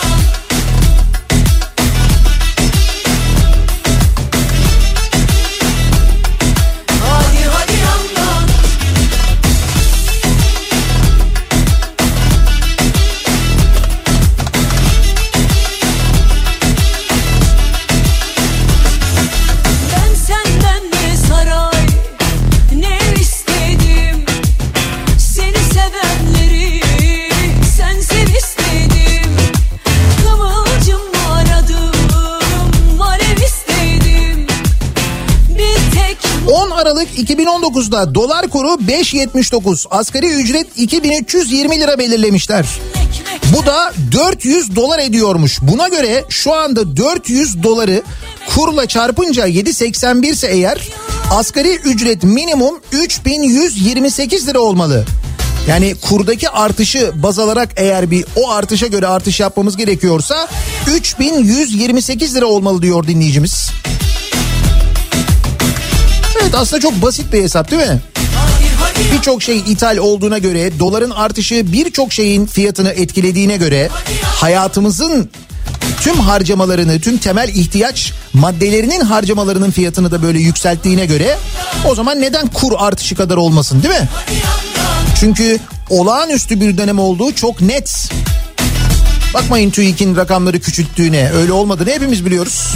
iki bin on dokuzda dolar kuru beş yetmiş dokuz, asgari ücret iki bin üç yüz yirmi lira belirlemişler. Bu da dört yüz dolar ediyormuş. Buna göre şu anda dört yüz doları kurla çarpınca yedi seksen bir ise eğer, asgari ücret minimum üç bin yüz yirmi sekiz lira olmalı. Yani kurdaki artışı baz alarak eğer bir o artışa göre artış yapmamız gerekiyorsa üç bin yüz yirmi sekiz lira olmalı diyor dinleyicimiz. Evet, aslında çok basit bir hesap değil mi? birçok şey ithal olduğuna göre, doların artışı birçok şeyin fiyatını etkilediğine göre, hayatımızın tüm harcamalarını, tüm temel ihtiyaç maddelerinin harcamalarının fiyatını da böyle yükselttiğine göre o zaman neden kur artışı kadar olmasın, değil mi? Çünkü olağanüstü bir dönem olduğu çok net. Bakmayın TÜİK'in rakamları küçülttüğüne, öyle olmadığını hepimiz biliyoruz.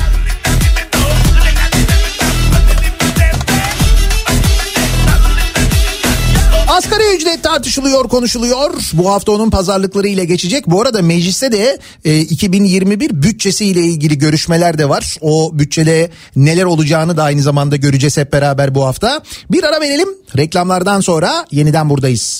Asgari ücret tartışılıyor, konuşuluyor. Bu hafta onun pazarlıkları ile geçecek. Bu arada mecliste de e, iki bin yirmi bir bütçesiyle ilgili görüşmeler de var. O bütçede neler olacağını da aynı zamanda göreceğiz hep beraber bu hafta. Bir ara verelim. Reklamlardan sonra yeniden buradayız.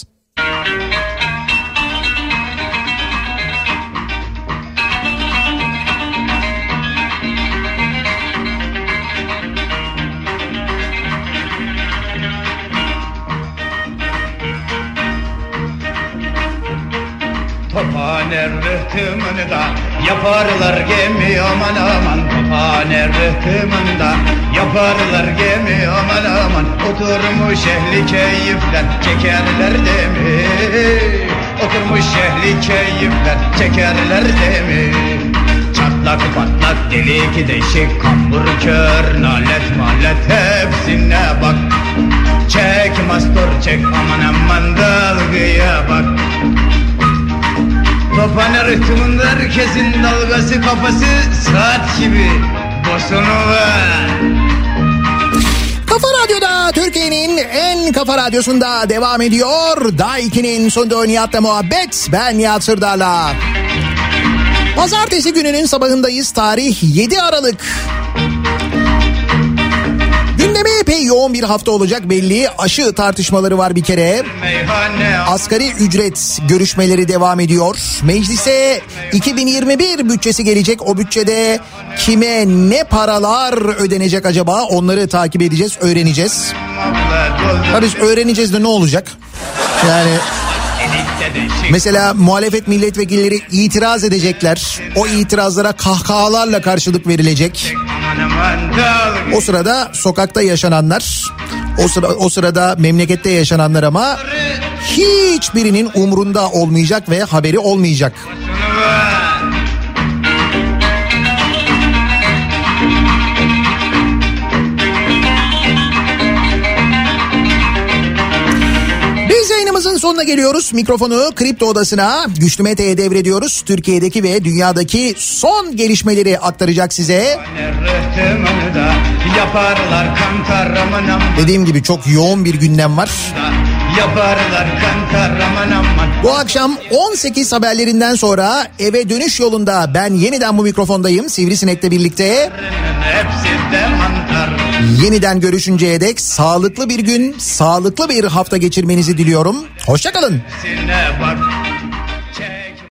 Tophaner rıhtımında yaparlar gemi aman aman. Tophaner rıhtımında yaparlar gemi aman aman. Oturmuş ehli keyifler çekerler demi. Oturmuş ehli keyifler çekerler demi. Çatlak patlak delik deşik kambur kör nalet malet hepsine bak. Çek mastur çek aman aman dalgaya bak. Tophaner rıhtımında herkesin dalgası kafası saat gibi bosunuver. Kafa Radyo'da, Türkiye'nin en kafa radyosunda devam ediyor. Daha ikinin sonunda Nihat'la muhabbet. Ben Nihat Sırdar'la. Pazartesi gününün sabahındayız. Tarih yedi Aralık. Gündemi epey yoğun bir hafta olacak belli. Aşı tartışmaları var bir kere. Asgari ücret görüşmeleri devam ediyor. Meclise iki bin yirmi bir bütçesi gelecek. O bütçede kime ne paralar ödenecek acaba? Onları takip edeceğiz, öğreneceğiz. Tabii öğreneceğiz de ne olacak? Yani mesela muhalefet milletvekilleri itiraz edecekler. O itirazlara kahkahalarla karşılık verilecek. O sırada sokakta yaşananlar, o sıra o sırada memlekette yaşananlar ama hiçbirinin umrunda olmayacak ve haberi olmayacak. Yayınımızın sonuna geliyoruz. Mikrofonu Kripto Odası'na Güçlü Mete'ye devrediyoruz. Türkiye'deki ve dünyadaki son gelişmeleri aktaracak size. Dediğim gibi çok yoğun bir gündem var. Bu akşam on sekiz haberlerinden sonra eve dönüş yolunda ben yeniden bu mikrofondayım Sivrisinek'le birlikte. Yeniden görüşünceye dek sağlıklı bir gün, sağlıklı bir hafta geçirmenizi diliyorum. Hoşça kalın.